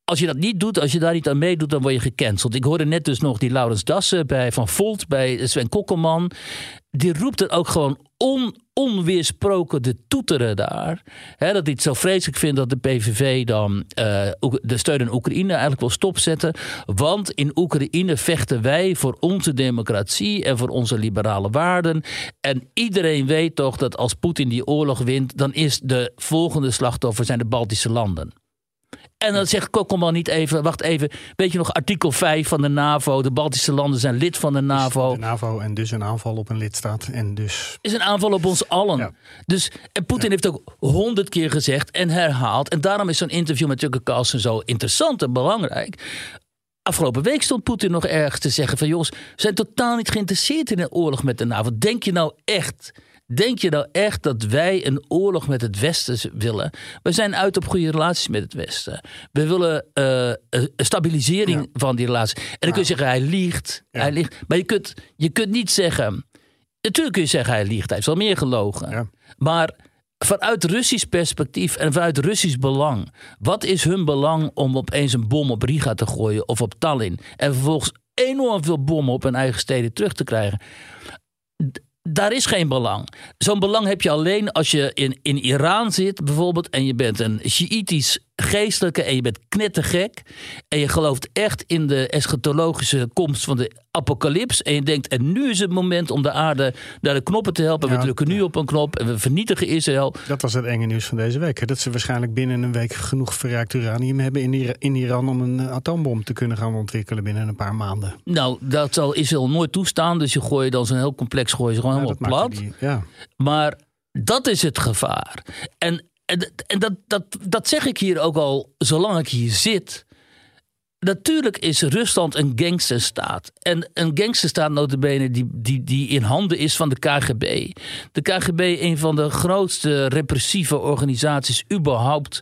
als je dat niet doet, als je daar niet aan meedoet, dan word je gecanceld. Ik hoorde net dus nog die Laurens Dassen van Volt, bij Sven Kokkelman. Die roept er ook gewoon onweersproken de toeteren daar. Dat hij het zo vreselijk vindt dat de PVV dan de steun aan Oekraïne eigenlijk wil stopzetten. Want in Oekraïne vechten wij voor onze democratie en voor onze liberale waarden. En iedereen weet toch dat als Poetin die oorlog wint, dan is de volgende slachtoffer zijn de Baltische landen. En dan zegt Kokkelman niet even, wacht even, weet je nog artikel 5 van de NAVO, de Baltische landen zijn lid van de NAVO. De NAVO en dus een aanval op een lidstaat. En dus is een aanval op ons allen. Ja. Dus, en Poetin heeft ook 100 keer gezegd en herhaald. En daarom is zo'n interview met Tucker Carlson zo interessant en belangrijk. Afgelopen week stond Poetin nog ergens te zeggen van jongens, we zijn totaal niet geïnteresseerd in een oorlog met de NAVO. Denk je nou echt dat wij een oorlog met het Westen willen? We zijn uit op goede relaties met het Westen. We willen een stabilisering van die relatie. En dan kun je zeggen, hij liegt. Ja. Hij liegt. Maar je kunt niet zeggen... Natuurlijk kun je zeggen, hij liegt. Hij heeft wel meer gelogen. Ja. Maar vanuit Russisch perspectief en vanuit Russisch belang... wat is hun belang om opeens een bom op Riga te gooien of op Tallinn... en vervolgens enorm veel bommen op hun eigen steden terug te krijgen... Daar is geen belang. Zo'n belang heb je alleen als je in Iran zit bijvoorbeeld... en je bent een Sjiïtisch geestelijke en je bent knettergek... en je gelooft echt in de eschatologische komst van de apocalyps... en je denkt, en nu is het moment om de aarde naar de knoppen te helpen. We drukken nu op een knop en we vernietigen Israël. Dat was het enge nieuws van deze week. Hè? Dat ze waarschijnlijk binnen een week genoeg verrijkt uranium hebben in Iran... om een atoombom te kunnen gaan ontwikkelen binnen een paar maanden. Nou, dat zal Israël nooit toestaan. Dus je gooit dan zo'n heel complex gewoon helemaal plat. Maar dat is het gevaar. En dat zeg ik hier ook al zolang ik hier zit. Natuurlijk is Rusland een gangsterstaat. En een gangsterstaat nota bene die in handen is van de KGB. De KGB, een van de grootste repressieve organisaties überhaupt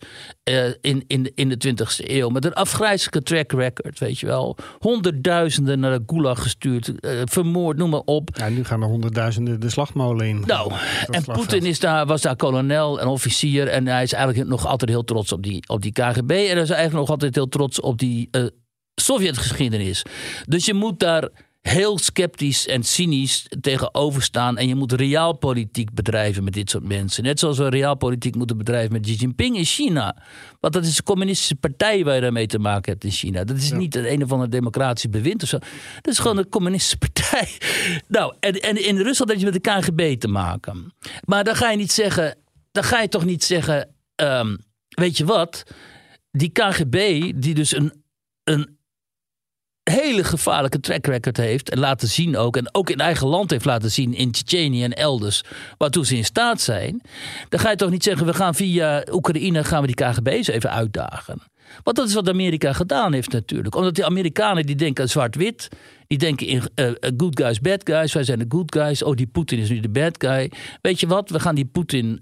in de 20e eeuw. Met een afgrijzelijke track record, weet je wel. Honderdduizenden naar de Gulag gestuurd, vermoord, noem maar op. Ja, nu gaan er honderdduizenden de slagmolen in. Nou, en Poetin was daar kolonel en officier. En hij is eigenlijk nog altijd heel trots op die KGB. En hij is eigenlijk nog altijd heel trots op die Sovjetgeschiedenis. Dus je moet daar heel sceptisch en cynisch tegenover staan. En je moet realpolitiek bedrijven met dit soort mensen. Net zoals we realpolitiek moeten bedrijven met Xi Jinping in China. Want dat is een communistische partij waar je daarmee te maken hebt in China. Dat is niet een of ander democratisch bewind of zo. Dat is gewoon een communistische partij. Nou, en in Rusland heb je met de KGB te maken. Maar dan ga je toch niet zeggen... weet je wat? Die KGB die dus een hele gevaarlijke track record heeft en laten zien ook, en ook in eigen land heeft laten zien in Tsjetsjenië en elders, waartoe ze in staat zijn, dan ga je toch niet zeggen, we gaan via Oekraïne gaan we die KGB's even uitdagen. Want dat is wat Amerika gedaan heeft natuurlijk. Omdat die Amerikanen die denken aan zwart-wit, die denken in good guys, bad guys, wij zijn de good guys, oh die Poetin is nu de bad guy. Weet je wat, we gaan die Poetin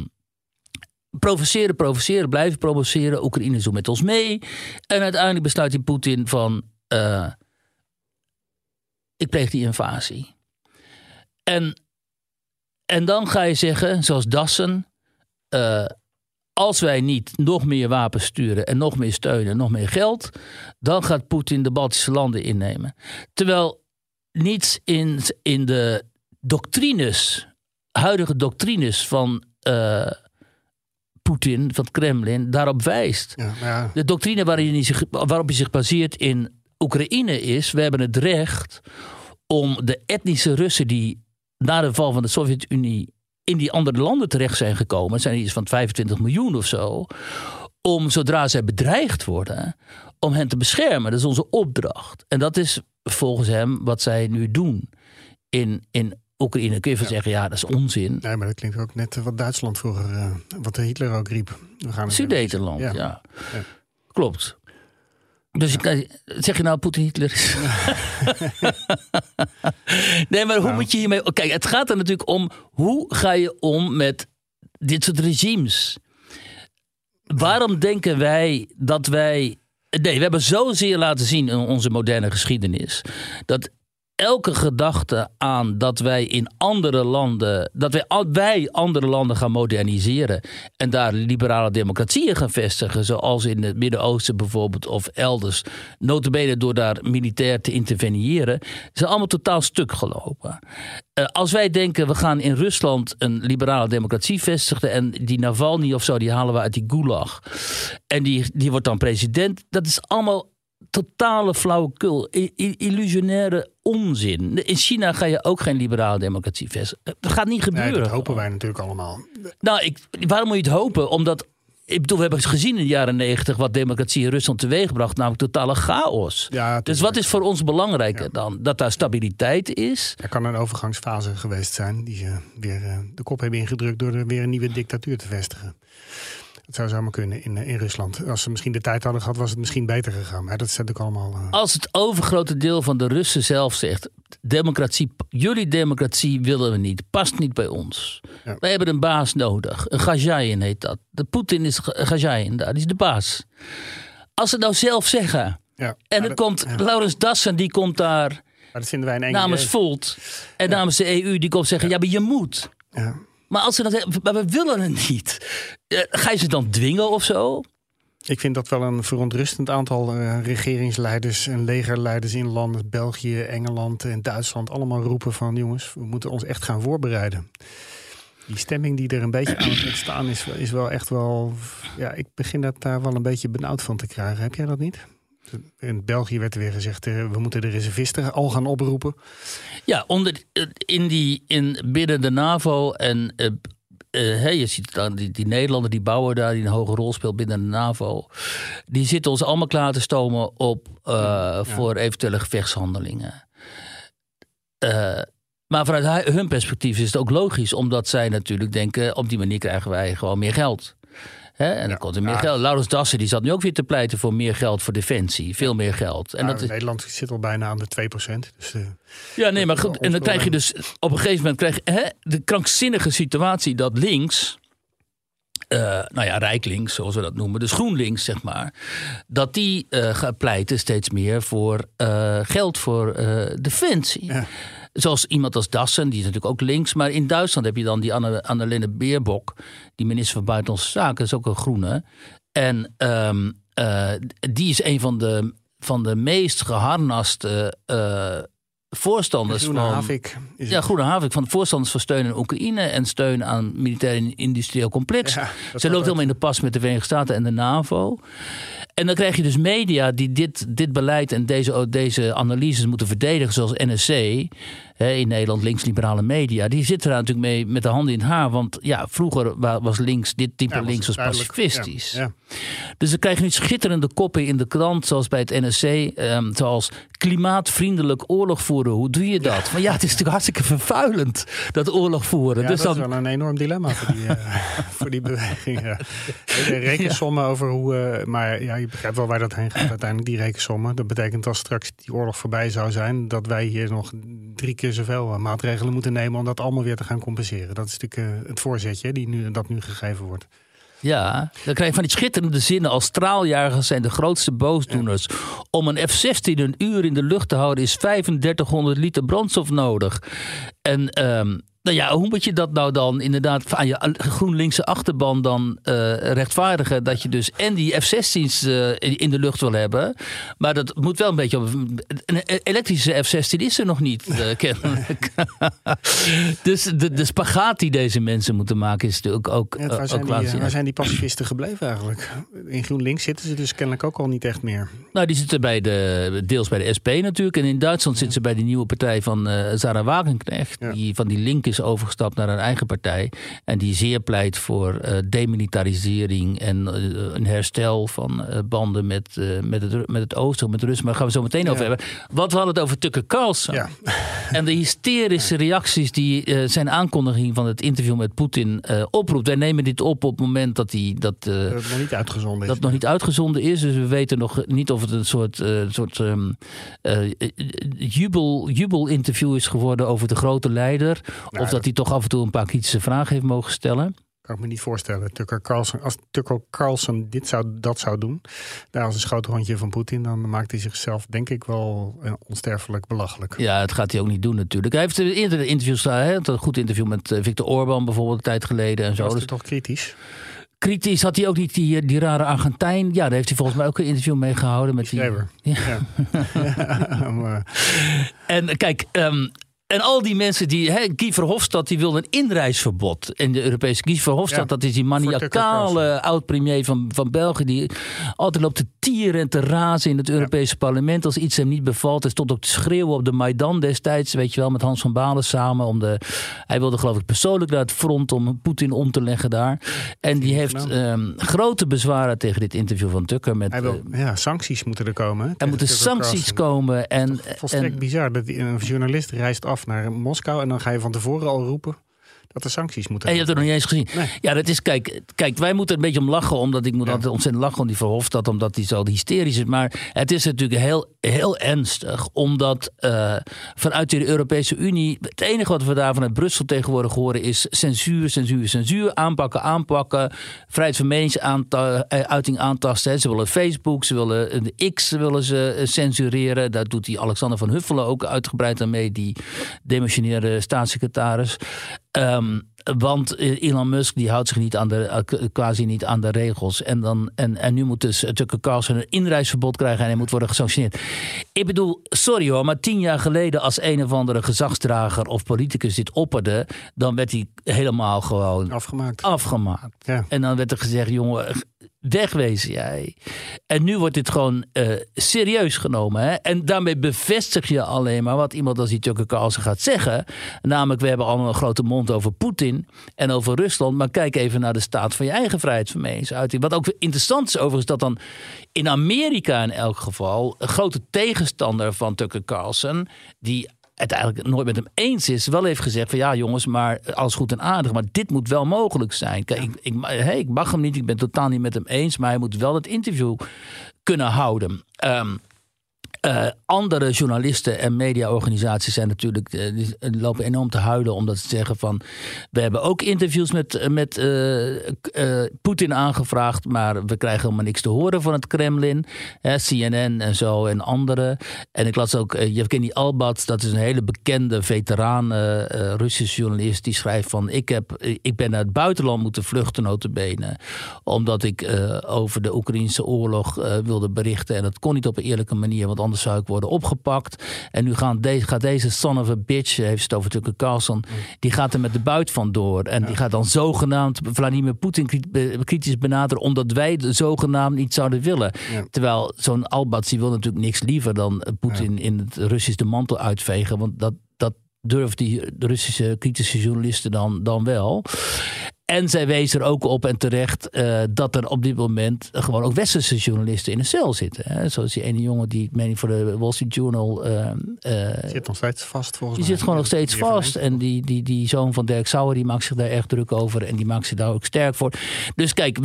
provoceren, blijven provoceren. Oekraïne doet met ons mee. En uiteindelijk besluit die Poetin van ik pleeg die invasie. En dan ga je zeggen, zoals Dassen, als wij niet nog meer wapens sturen en nog meer steunen en nog meer geld, dan gaat Poetin de Baltische landen innemen. Terwijl niets in de huidige doctrines van Poetin, van het Kremlin, daarop wijst. Ja. De doctrine waarop hij zich baseert in Oekraïne is, we hebben het recht om de etnische Russen die na de val van de Sovjet-Unie in die andere landen terecht zijn gekomen, zijn iets van 25 miljoen of zo, om zodra zij bedreigd worden, om hen te beschermen. Dat is onze opdracht. En dat is volgens hem wat zij nu doen in Oekraïne. Kun je van zeggen, ja, dat is onzin. Nee, maar dat klinkt ook net wat Duitsland vroeger, wat Hitler ook riep. Sudetenland, ja. Klopt. Dus zeg je nou Poetin Hitler is? Nee, maar hoe moet je hiermee... Kijk, het gaat er natuurlijk om, hoe ga je om met dit soort regimes? Waarom denken wij dat wij... Nee, we hebben zozeer laten zien in onze moderne geschiedenis dat elke gedachte aan dat wij in andere landen, wij andere landen gaan moderniseren en daar liberale democratieën gaan vestigen, zoals in het Midden-Oosten bijvoorbeeld of elders, nota bene door daar militair te interveneren, zijn allemaal totaal stuk gelopen. Als wij denken, we gaan in Rusland een liberale democratie vestigen en die Navalny of zo, die halen we uit die gulag en die wordt dan president, dat is allemaal totale flauwekul, illusionaire onzin. In China ga je ook geen liberale democratie vestigen. Dat gaat niet gebeuren. Nee, dat hopen wij natuurlijk allemaal. Nou, waarom moet je het hopen? Omdat, we hebben gezien in de jaren 90 wat democratie in Rusland teweegbracht, namelijk totale chaos. Ja, dus wat is voor ons belangrijker dan? Dat daar stabiliteit is. Er kan een overgangsfase geweest zijn die ze weer de kop hebben ingedrukt door er weer een nieuwe dictatuur te vestigen. Het zou zomaar kunnen in Rusland. Als ze misschien de tijd hadden gehad, was het misschien beter gegaan. Maar dat is natuurlijk allemaal. Als het overgrote deel van de Russen zelf zegt, jullie democratie willen we niet, past niet bij ons. Ja. Wij hebben een baas nodig. Een Gajayin heet dat. De Poetin is Gajayin, die is de baas. Als ze het nou zelf zeggen. Ja. En er komt Laurens Dassen, die komt daar dat vinden wij namens Volt en namens de EU, die komt zeggen, ja, maar je moet. Ja. Maar als ze dat hebben, maar we willen het niet. Ga je ze dan dwingen of zo? Ik vind dat wel een verontrustend aantal regeringsleiders en legerleiders in landen, België, Engeland en Duitsland, allemaal roepen van jongens, we moeten ons echt gaan voorbereiden. Die stemming die er een beetje aan het ontstaan is wel echt wel. Ja, ik begin daar wel een beetje benauwd van te krijgen. Heb jij dat niet? In België werd er weer gezegd, we moeten de reservisten al gaan oproepen. Ja, binnen de NAVO en je ziet dan die Nederlander die bouwen daar, die een hoge rol speelt binnen de NAVO. Die zitten ons allemaal klaar te stomen op voor eventuele gevechtshandelingen. Maar vanuit hun perspectief is het ook logisch, omdat zij natuurlijk denken, op die manier krijgen wij gewoon meer geld. En dan komt er meer geld. Laurens Dassen die zat nu ook weer te pleiten voor meer geld voor defensie. Veel meer geld. En Nederland zit al bijna aan de 2%. Dus ja, nee, maar goed. En dan krijg je dus op een gegeven moment de krankzinnige situatie dat links, rijk links, zoals we dat noemen, dus GroenLinks, zeg maar, dat die gaat pleiten steeds meer voor geld voor defensie. Ja. Zoals iemand als Dassen, die is natuurlijk ook links. Maar in Duitsland heb je dan die Annalena Baerbock, die minister van Buitenlandse Zaken, is ook een groene. En die is een van de meest geharnaste voorstanders Groene Havik. Groene Havik, van de voorstanders van steun aan Oekraïne en steun aan militair en industrieel complex. Ja, ze loopt helemaal in de pas met de Verenigde Staten en de NAVO. En dan krijg je dus media die dit beleid en deze analyses moeten verdedigen, zoals NSC, in Nederland, links-liberale media. Die zitten daar natuurlijk mee met de handen in het haar. Want ja, vroeger was links, dit type links was pacifistisch. Ja. Dus dan krijg je nu schitterende koppen in de krant, zoals bij het NSC. Zoals klimaatvriendelijk oorlog voeren. Hoe doe je dat? Maar ja, het is natuurlijk hartstikke vervuilend, dat oorlog voeren. Ja, dus dat is wel een enorm dilemma voor die beweging. Ja. De rekensommen over hoe. Maar ja, je begrijpt wel waar dat heen gaat uiteindelijk, die rekensommen. Dat betekent als straks die oorlog voorbij zou zijn, dat wij hier nog 3 keer zoveel maatregelen moeten nemen om dat allemaal weer te gaan compenseren. Dat is natuurlijk het voorzetje dat nu gegeven wordt. Ja, dan krijg je van die schitterende zinnen als straaljagers zijn de grootste boosdoeners. Ja. Om een F-16 een uur in de lucht te houden is 3500 liter brandstof nodig. En hoe moet je dat nou dan inderdaad aan je GroenLinkse achterban dan rechtvaardigen dat je dus en die F-16's in de lucht wil hebben, maar dat moet wel een beetje een elektrische F-16 is er nog niet kennelijk. Dus de spagaat die deze mensen moeten maken is natuurlijk ook waar zijn die pacifisten gebleven eigenlijk? In GroenLinks zitten ze dus kennelijk ook al niet echt meer. Nou, die zitten deels bij de SP natuurlijk en in Duitsland zitten ze bij die nieuwe partij van Sarah Wagenknecht, die van die link is overgestapt naar een eigen partij. En die zeer pleit voor demilitarisering en een herstel van banden met het Oosten, met Rusland. Maar daar gaan we zo meteen over hebben. Wat we hadden het over Tucker Carlson. Ja. En de hysterische reacties die zijn aankondiging van het interview met Poetin oproept. Wij nemen dit op het moment dat het nog niet uitgezonden is. Dat nog niet uitgezonden is. Dus we weten nog niet of het een soort jubelinterview is geworden over de grote leider. Of dat hij toch af en toe een paar kritische vragen heeft mogen stellen. Kan ik me niet voorstellen. Als Tucker Carlson dat zou doen, daar als een schoothondje van Poetin, dan maakt hij zichzelf denk ik wel onsterfelijk belachelijk. Ja, dat gaat hij ook niet doen natuurlijk. Hij heeft eerder interviews gedaan. Hij had een goed interview met Viktor Orbán bijvoorbeeld een tijd geleden en zo. Was hij toch kritisch? Kritisch had hij ook niet die rare Argentijn. Ja, daar heeft hij volgens mij ook een interview mee gehouden. Met die schrijver. Ja. En kijk, en al die mensen Guy Verhofstadt die wilde een inreisverbod in de Europese. Guy Verhofstadt, dat is die maniacale oud-premier van België die altijd loopt te tieren en te razen in het Europese parlement als iets hem niet bevalt. Hij stond ook te schreeuwen op de Maidan destijds, weet je wel, met Hans van Balen samen. Hij wilde geloof ik persoonlijk naar het front om Poetin om te leggen daar. En die heeft grote bezwaren tegen dit interview van Tucker. Sancties moeten er komen. Er moeten sancties komen. Volstrekt bizar dat een journalist reist af naar Moskou en dan ga je van tevoren al roepen dat er sancties moeten. En je hebt het nog niet eens gezien. Nee. Ja, dat is, kijk, wij moeten er een beetje om lachen, omdat ik moet altijd ontzettend lachen om die Verhofstadt, omdat hij zo hysterisch is. Maar het is natuurlijk heel, heel ernstig, omdat vanuit de Europese Unie, het enige wat we daar vanuit Brussel tegenwoordig horen is censuur, aanpakken, vrijheid van meningsuiting aantasten. Hè. Ze willen Facebook, ze willen de X willen ze censureren. Daar doet die Alexander van Huffelen ook uitgebreid aan mee, die demissionaire staatssecretaris. Want Elon Musk die houdt zich quasi niet aan de regels. En nu moet dus Tucker Carlson een inreisverbod krijgen en hij moet worden gesanctioneerd. Ik bedoel, sorry hoor, maar 10 jaar geleden als een of andere gezagsdrager of politicus dit opperde, dan werd hij helemaal gewoon afgemaakt. Ja. En dan werd er gezegd, jongen, wegwezen jij. En nu wordt dit gewoon serieus genomen. Hè? En daarmee bevestig je alleen maar wat iemand als die Tucker Carlson gaat zeggen. Namelijk, we hebben allemaal een grote mond over Poetin en over Rusland. Maar kijk even naar de staat van je eigen vrijheid van meningsuiting. Wat ook interessant is overigens, dat dan in Amerika in elk geval een grote tegenstander van Tucker Carlson, die het eigenlijk nooit met hem eens is, wel heeft gezegd van ja jongens, maar alles goed en aardig, maar dit moet wel mogelijk zijn. Kijk, ik mag hem niet, ik ben totaal niet met hem eens, maar hij moet wel het interview kunnen houden. Andere journalisten en mediaorganisaties zijn natuurlijk, die lopen enorm te huilen omdat ze zeggen van, we hebben ook interviews met Poetin aangevraagd, maar we krijgen helemaal niks te horen van het Kremlin. CNN en zo en anderen. En ik las ook Yevgeny Albats, dat is een hele bekende veteraan Russische journalist, die schrijft van, ik ben naar het buitenland moeten vluchten notabene, omdat ik over de Oekraïnse oorlog wilde berichten en dat kon niet op een eerlijke manier, want anders zou ik worden opgepakt. En nu gaat deze son of a bitch, heeft het over Tucker Carlson, die gaat er met de buit vandoor. En die gaat dan zogenaamd Vladimir Poetin kritisch benaderen, omdat wij het zogenaamd niet zouden willen. Ja. Terwijl zo'n Albats, die wil natuurlijk niks liever dan Poetin in het Russisch de mantel uitvegen. Want dat durft die Russische kritische journalisten dan wel. En zij wees er ook op en terecht dat er op dit moment gewoon ook westerse journalisten in de cel zitten. Hè? Zoals die ene jongen die, ik meen voor de Wall Street Journal. Zit nog steeds vast volgens mij. Die zit gewoon nog steeds vast. En die zoon van Dirk Sauer, die maakt zich daar erg druk over. En die maakt zich daar ook sterk voor. Dus kijk,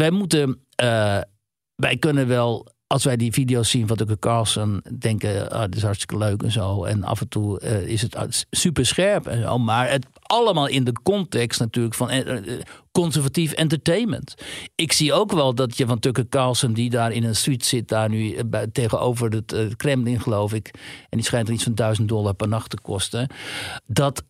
wij kunnen wel, als wij die video's zien van Tucker Carlson, denken, dit is hartstikke leuk en zo. En af en toe is het super scherp en zo. Maar het allemaal in de context natuurlijk van conservatief entertainment. Ik zie ook wel dat je van Tucker Carlson, die daar in een suite zit, daar nu tegenover het Kremlin, geloof ik, en die schijnt er iets van $1000 per nacht te kosten, dat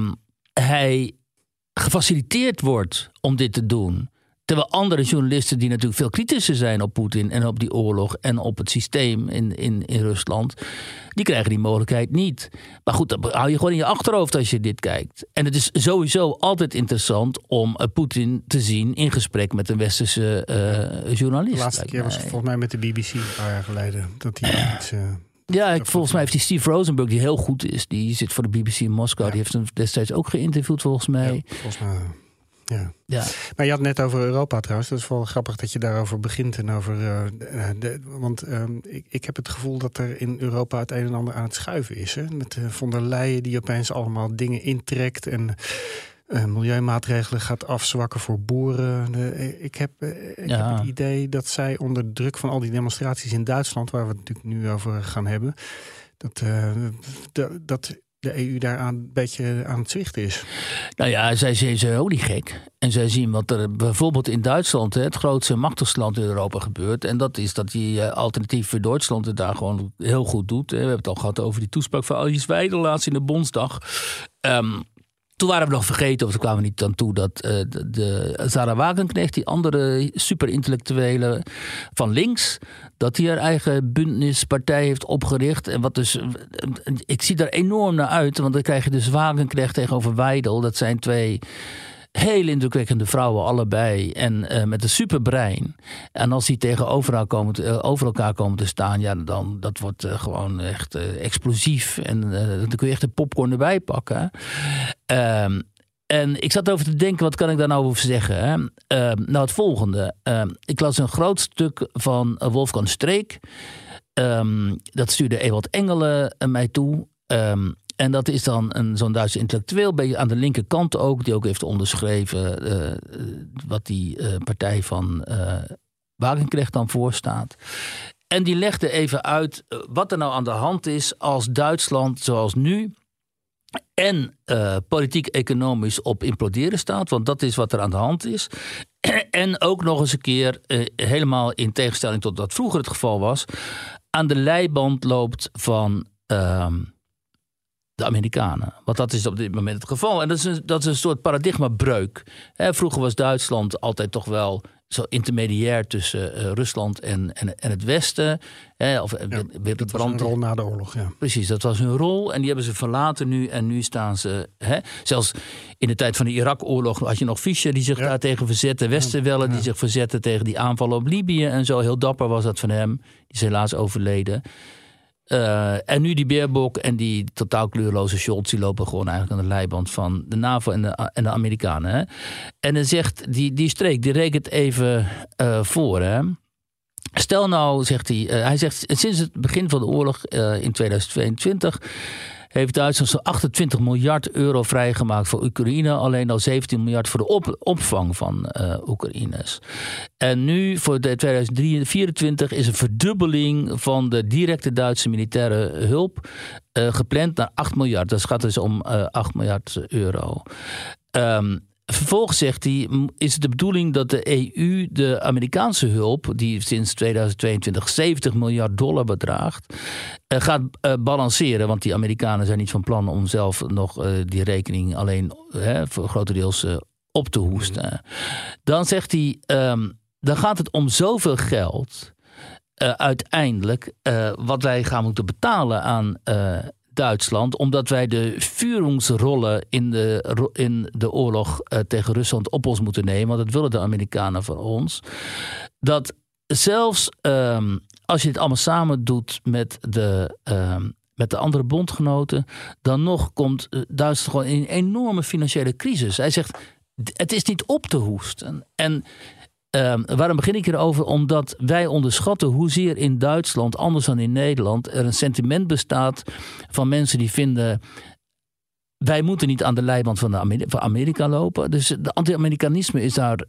hij gefaciliteerd wordt om dit te doen. Terwijl andere journalisten die natuurlijk veel kritischer zijn op Poetin en op die oorlog en op het systeem in Rusland, die krijgen die mogelijkheid niet. Maar goed, dat hou je gewoon in je achterhoofd als je dit kijkt. En het is sowieso altijd interessant om Poetin te zien in gesprek met een westerse journalist. De laatste keer was volgens mij met de BBC een paar jaar geleden. Dat hij iets... volgens mij heeft die Steve Rosenberg, die heel goed is, die zit voor de BBC in Moskou. Ja. Die heeft hem destijds ook geïnterviewd volgens mij. Ja, volgens mij. Ja. Maar je had net over Europa trouwens. Dat is wel grappig dat je daarover begint. En over, want ik heb het gevoel dat er in Europa het een en ander aan het schuiven is. Hè? Met von der Leyen die opeens allemaal dingen intrekt. En milieumaatregelen gaat afzwakken voor boeren. Ik heb het idee dat zij onder druk van al die demonstraties in Duitsland, waar we het natuurlijk nu over gaan hebben, dat de EU daar een beetje aan het zwichten is. Nou ja, zij zijn ook niet gek. En zij zien wat er bijvoorbeeld in Duitsland, het grootste machtigste land in Europa, gebeurt. En dat is dat die alternatief voor Duitsland het daar gewoon heel goed doet. We hebben het al gehad over die toespraak van Alice Weidel laatst in de Bondsdag. Toen waren we nog vergeten, of toen kwamen we niet aan toe, dat de Sarah Wagenknecht, die andere superintellectuele van links, dat die haar eigen bündnispartij heeft opgericht. En wat dus, ik zie daar enorm naar uit, want dan krijg je dus Wagenknecht tegenover Weidel. Dat zijn twee heel indrukwekkende vrouwen allebei en met een superbrein. En als die tegenover elkaar komen te staan, ja, dan dat wordt gewoon echt explosief. En dan kun je echt een popcorn erbij pakken. En ik zat over te denken, wat kan ik daar nou over zeggen? Hè? Nou, het volgende. Ik las een groot stuk van Wolfgang Streeck. Dat stuurde Ewald Engelen mij toe. En dat is dan zo'n Duitse intellectueel, beetje aan de linkerkant ook, die ook heeft onderschreven wat die partij van Wagenknecht dan voorstaat. En die legde even uit wat er nou aan de hand is als Duitsland zoals nu en politiek-economisch op imploderen staat, want dat is wat er aan de hand is. En ook nog eens een keer, helemaal in tegenstelling tot wat vroeger het geval was, aan de leiband loopt van de Amerikanen. Want dat is op dit moment het geval. En dat is een soort paradigmabreuk. Vroeger was Duitsland altijd toch wel zo intermediair tussen Rusland en het Westen. Dat was een rol na de oorlog, ja. Precies, dat was hun rol. En die hebben ze verlaten nu. En nu staan ze... zelfs in de tijd van de Irak-oorlog had je nog Fischer die zich daar tegen verzette. Westerwelle die zich verzette tegen die aanvallen op Libië. En zo heel dapper was dat van hem. Die is helaas overleden. En nu die Baerbock en die totaal kleurloze Scholz, die lopen gewoon eigenlijk aan de leiband van de NAVO en de Amerikanen. Hè? En dan zegt die Streeck, die rekent even voor. Hè? Stel nou, zegt hij zegt sinds het begin van de oorlog in 2022 heeft Duitsland zo'n 28 miljard euro vrijgemaakt voor Oekraïne. Alleen al 17 miljard voor de opvang van Oekraïners. En nu voor 2024 is een verdubbeling van de directe Duitse militaire hulp gepland naar 8 miljard. Dat gaat dus om 8 miljard euro. Vervolgens zegt hij, is het de bedoeling dat de EU de Amerikaanse hulp, die sinds 2022 $70 miljard bedraagt, gaat balanceren. Want die Amerikanen zijn niet van plan om zelf nog die rekening alleen voor grotendeels op te hoesten. Dan zegt hij, dan gaat het om zoveel geld uiteindelijk wat wij gaan moeten betalen aan Duitsland, omdat wij de Führungsrolle in de oorlog tegen Rusland op ons moeten nemen, want dat willen de Amerikanen van ons, dat zelfs als je het allemaal samen doet met de andere bondgenoten, dan nog komt Duitsland gewoon in een enorme financiële crisis. Hij zegt, het is niet op te hoesten. En waarom begin ik hierover? Omdat wij onderschatten hoezeer in Duitsland, anders dan in Nederland, er een sentiment bestaat van mensen die vinden, wij moeten niet aan de leiband van Amerika lopen. Dus de anti-Amerikanisme is daar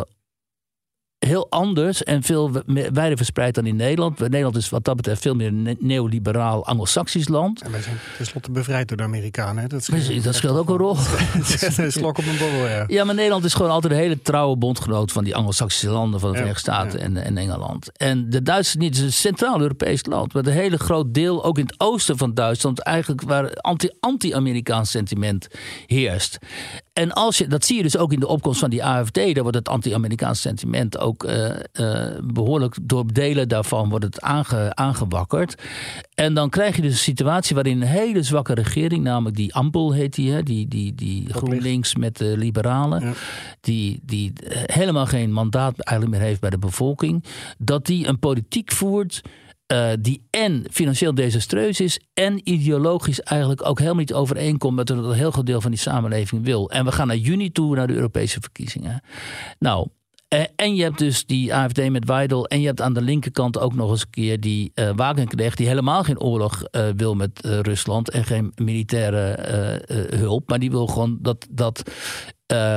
heel anders en veel wijder verspreid dan in Nederland. Nederland is wat dat betreft veel meer een neoliberaal Anglo-Saxisch land. En wij zijn tenslotte bevrijd door de Amerikanen. Hè? Dat speelt ook een rol. Een slok op een borrel, ja. Ja, maar Nederland is gewoon altijd een hele trouwe bondgenoot van die Anglo-Saxische landen, van de Verenigde Staten en Engeland. En de Duitsers niet, het is een Centraal-Europees land, met een hele groot deel, ook in het oosten van Duitsland, eigenlijk waar anti-Amerikaans sentiment heerst. En dat zie je dus ook in de opkomst van die AfD. Daar wordt het anti-Amerikaans sentiment ook behoorlijk door delen daarvan wordt het aangewakkerd. En dan krijg je dus een situatie waarin een hele zwakke regering, namelijk die Ampel heet die GroenLinks met de liberalen, die helemaal geen mandaat eigenlijk meer heeft bij de bevolking, dat die een politiek voert die en financieel desastreus is en ideologisch eigenlijk ook helemaal niet overeenkomt met wat een heel groot deel van die samenleving wil. En we gaan naar juni toe, naar de Europese verkiezingen. Nou, en je hebt dus die AfD met Weidel en je hebt aan de linkerkant ook nog eens een keer die Wagenknecht, die helemaal geen oorlog wil met Rusland en geen militaire hulp, maar die wil gewoon dat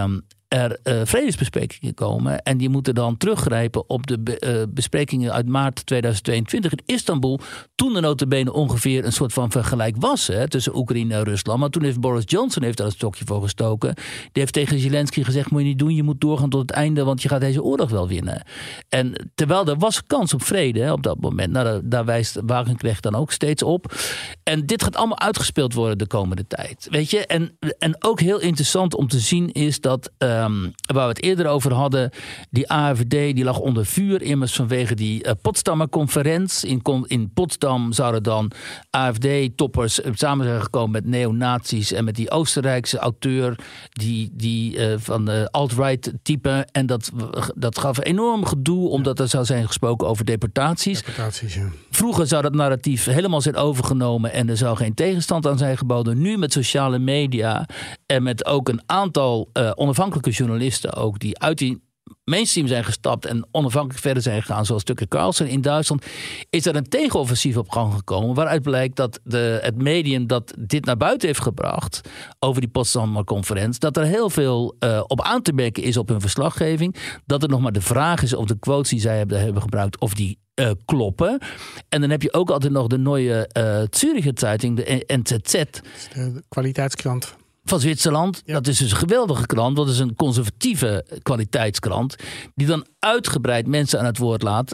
er vredesbesprekingen komen. En die moeten dan teruggrijpen op de besprekingen uit maart 2022 in Istanbul. Toen er nota bene ongeveer een soort van vergelijk was tussen Oekraïne en Rusland. Maar toen heeft Boris Johnson daar een stokje voor gestoken. Die heeft tegen Zelensky gezegd, moet je niet doen, je moet doorgaan tot het einde, want je gaat deze oorlog wel winnen. En terwijl er was kans op vrede op dat moment. Nou, daar wijst Wagenknecht dan ook steeds op. En dit gaat allemaal uitgespeeld worden de komende tijd. Weet je? En ook heel interessant om te zien is dat, waar we het eerder over hadden, die AfD die lag onder vuur immers vanwege die Potsdamer conferentie. In Potsdam zouden dan AfD-toppers samen zijn gekomen met neonazies en met die Oostenrijkse auteur die van de alt-right type. En dat gaf enorm gedoe, omdat er zou zijn gesproken over deportaties. Ja. Vroeger zou dat narratief helemaal zijn overgenomen en er zou geen tegenstand aan zijn geboden. Nu met sociale media en met ook een aantal onafhankelijke journalisten ook die uit die mainstream zijn gestapt en onafhankelijk verder zijn gegaan, zoals Tucker Carlson in Duitsland, is er een tegenoffensief op gang gekomen, waaruit blijkt dat het medium dat dit naar buiten heeft gebracht over die Potsdamer conferentie, dat er heel veel op aan te merken is op hun verslaggeving, dat er nog maar de vraag is of de quotes die zij hebben gebruikt, of die kloppen. En dan heb je ook altijd nog de Neue Zürcher Zeitung, de NZZ. De kwaliteitskrant van Zwitserland. Ja. Dat is dus een geweldige krant. Dat is een conservatieve kwaliteitskrant. Die dan uitgebreid mensen aan het woord laat.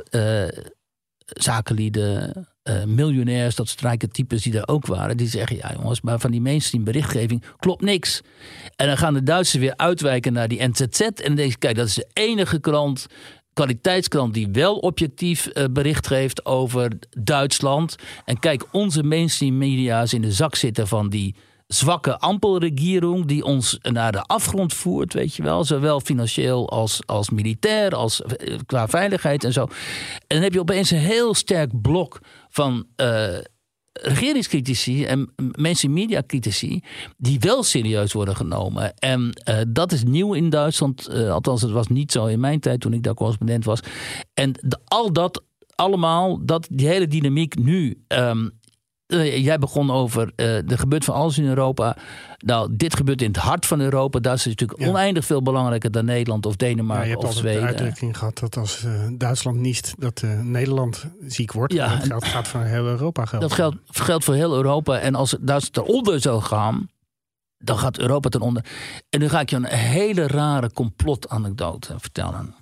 Zakenlieden, miljonairs, dat soort rijke types die daar ook waren. Die zeggen, ja jongens, maar van die mainstream berichtgeving klopt niks. En dan gaan de Duitsers weer uitwijken naar die NZZ. En dan denk je, kijk, dat is de enige krant, kwaliteitskrant die wel objectief bericht geeft over Duitsland. En kijk, onze mainstream media's in de zak zitten van die zwakke ampelregering die ons naar de afgrond voert, weet je wel. Zowel financieel als militair, als qua veiligheid en zo. En dan heb je opeens een heel sterk blok van regeringscritici en mainstream media critici die wel serieus worden genomen. En dat is nieuw in Duitsland. Althans, het was niet zo in mijn tijd toen ik daar correspondent was. En die hele dynamiek nu. Jij begon over, er gebeurt van alles in Europa. Nou, dit gebeurt in het hart van Europa. Dat is natuurlijk oneindig veel belangrijker dan Nederland of Denemarken of Zweden. Je hebt altijd de uitdrukking gehad dat als Duitsland niest, dat Nederland ziek wordt. Ja, dat gaat voor heel Europa gelden. Dat geldt voor heel Europa. En als Duitsland eronder zou gaan, dan gaat Europa eronder. En nu ga ik je een hele rare complotanekdote vertellen.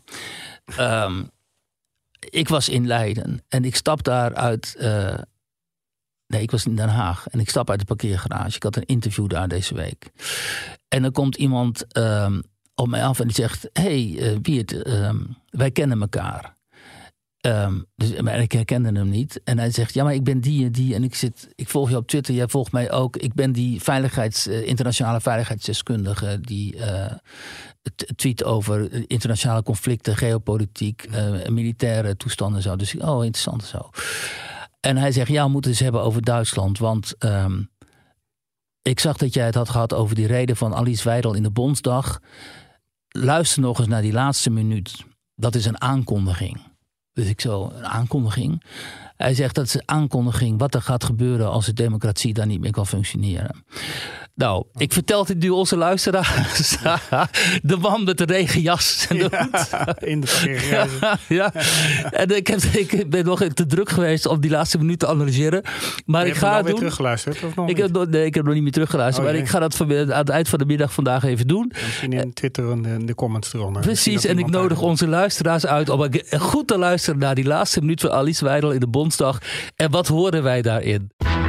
Ik was in Leiden en ik stap daar uit. Nee, ik was in Den Haag en ik stap uit de parkeergarage. Ik had een interview daar deze week. En dan komt iemand op mij af en die zegt, hey, Wiert, wij kennen elkaar. En ik herkende hem niet. En hij zegt, ja, maar ik ben die en die. En ik volg je op Twitter, jij volgt mij ook. Ik ben die internationale veiligheidsdeskundige die tweet over internationale conflicten, geopolitiek, militaire toestanden en zo. Dus interessant zo. En hij zegt, ja, we moeten het eens hebben over Duitsland. Want ik zag dat jij het had gehad over die reden van Alice Weidel in de Bondsdag. Luister nog eens naar die laatste minuut. Dat is een aankondiging. Dus ik zo, een aankondiging? Hij zegt, dat is een aankondiging wat er gaat gebeuren als de democratie daar niet meer kan functioneren. Nou, ik vertel dit nu onze luisteraars. De man met de regenjas en de hoed. In de parkeergarage. Ja. En ik ben nog te druk geweest om die laatste minuut te analyseren. Maar ik ga het doen. Teruggeluisterd of nog ik heb nog niet meer teruggeluisterd. Maar ik ga dat aan het eind van de middag vandaag even doen. Misschien in Twitter en de comments eronder. Precies, en ik nodig onze luisteraars uit om goed te luisteren naar die laatste minuut van Alice Weidel in de Bondsdag. En wat horen wij daarin?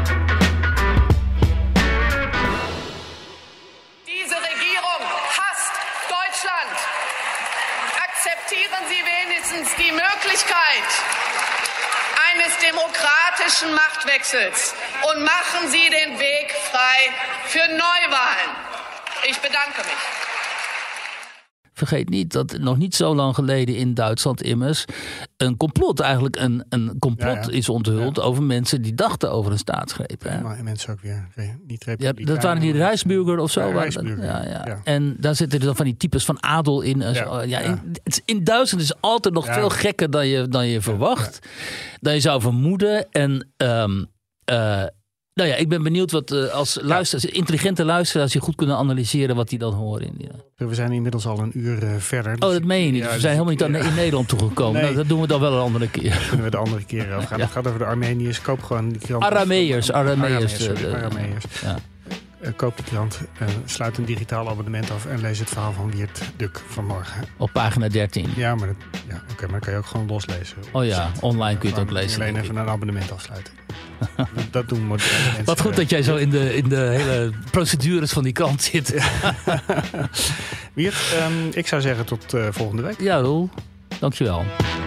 Die Möglichkeit eines demokratischen Machtwechsels und machen Sie den Weg frei für Neuwahlen. Ich bedanke mich. Vergeet niet dat nog niet zo lang geleden in Duitsland immers een complot, eigenlijk een complot is onthuld over mensen die dachten over een staatsgreep. Hè? Maar mensen ook weer niet republikeinen. Ja, dat waren die Reichsbürger of zo. Ja. En daar zitten er dan van die types van adel in. In Duitsland is het altijd nog veel gekker dan je verwacht. Dan je zou vermoeden. En Nou ja, ik ben benieuwd wat als intelligente luisteraars die goed kunnen analyseren wat die dan horen. Ja. We zijn inmiddels al een uur verder. Oh, dat meen je niet. We zijn helemaal niet in Nederland toegekomen. Nee. Nou, dat doen we dan wel een andere keer. Dat kunnen we de andere keer over gaan. Het gaat over de Armeniërs. Koop gewoon die krant. Arameërs. Ja. Koop die krant, sluit een digitaal abonnement af en lees het verhaal van Wiert Duk vanmorgen. Op pagina 13. Ja, maar dat kan je ook gewoon loslezen. Oh ja, online kun je het ook lezen. Alleen even een abonnement afsluiten. Dat doen moderne mensen. Wat goed dat jij zo in de hele procedures van die krant zit. Wiert, ik zou zeggen tot volgende week. Ja, Roel. Dankjewel.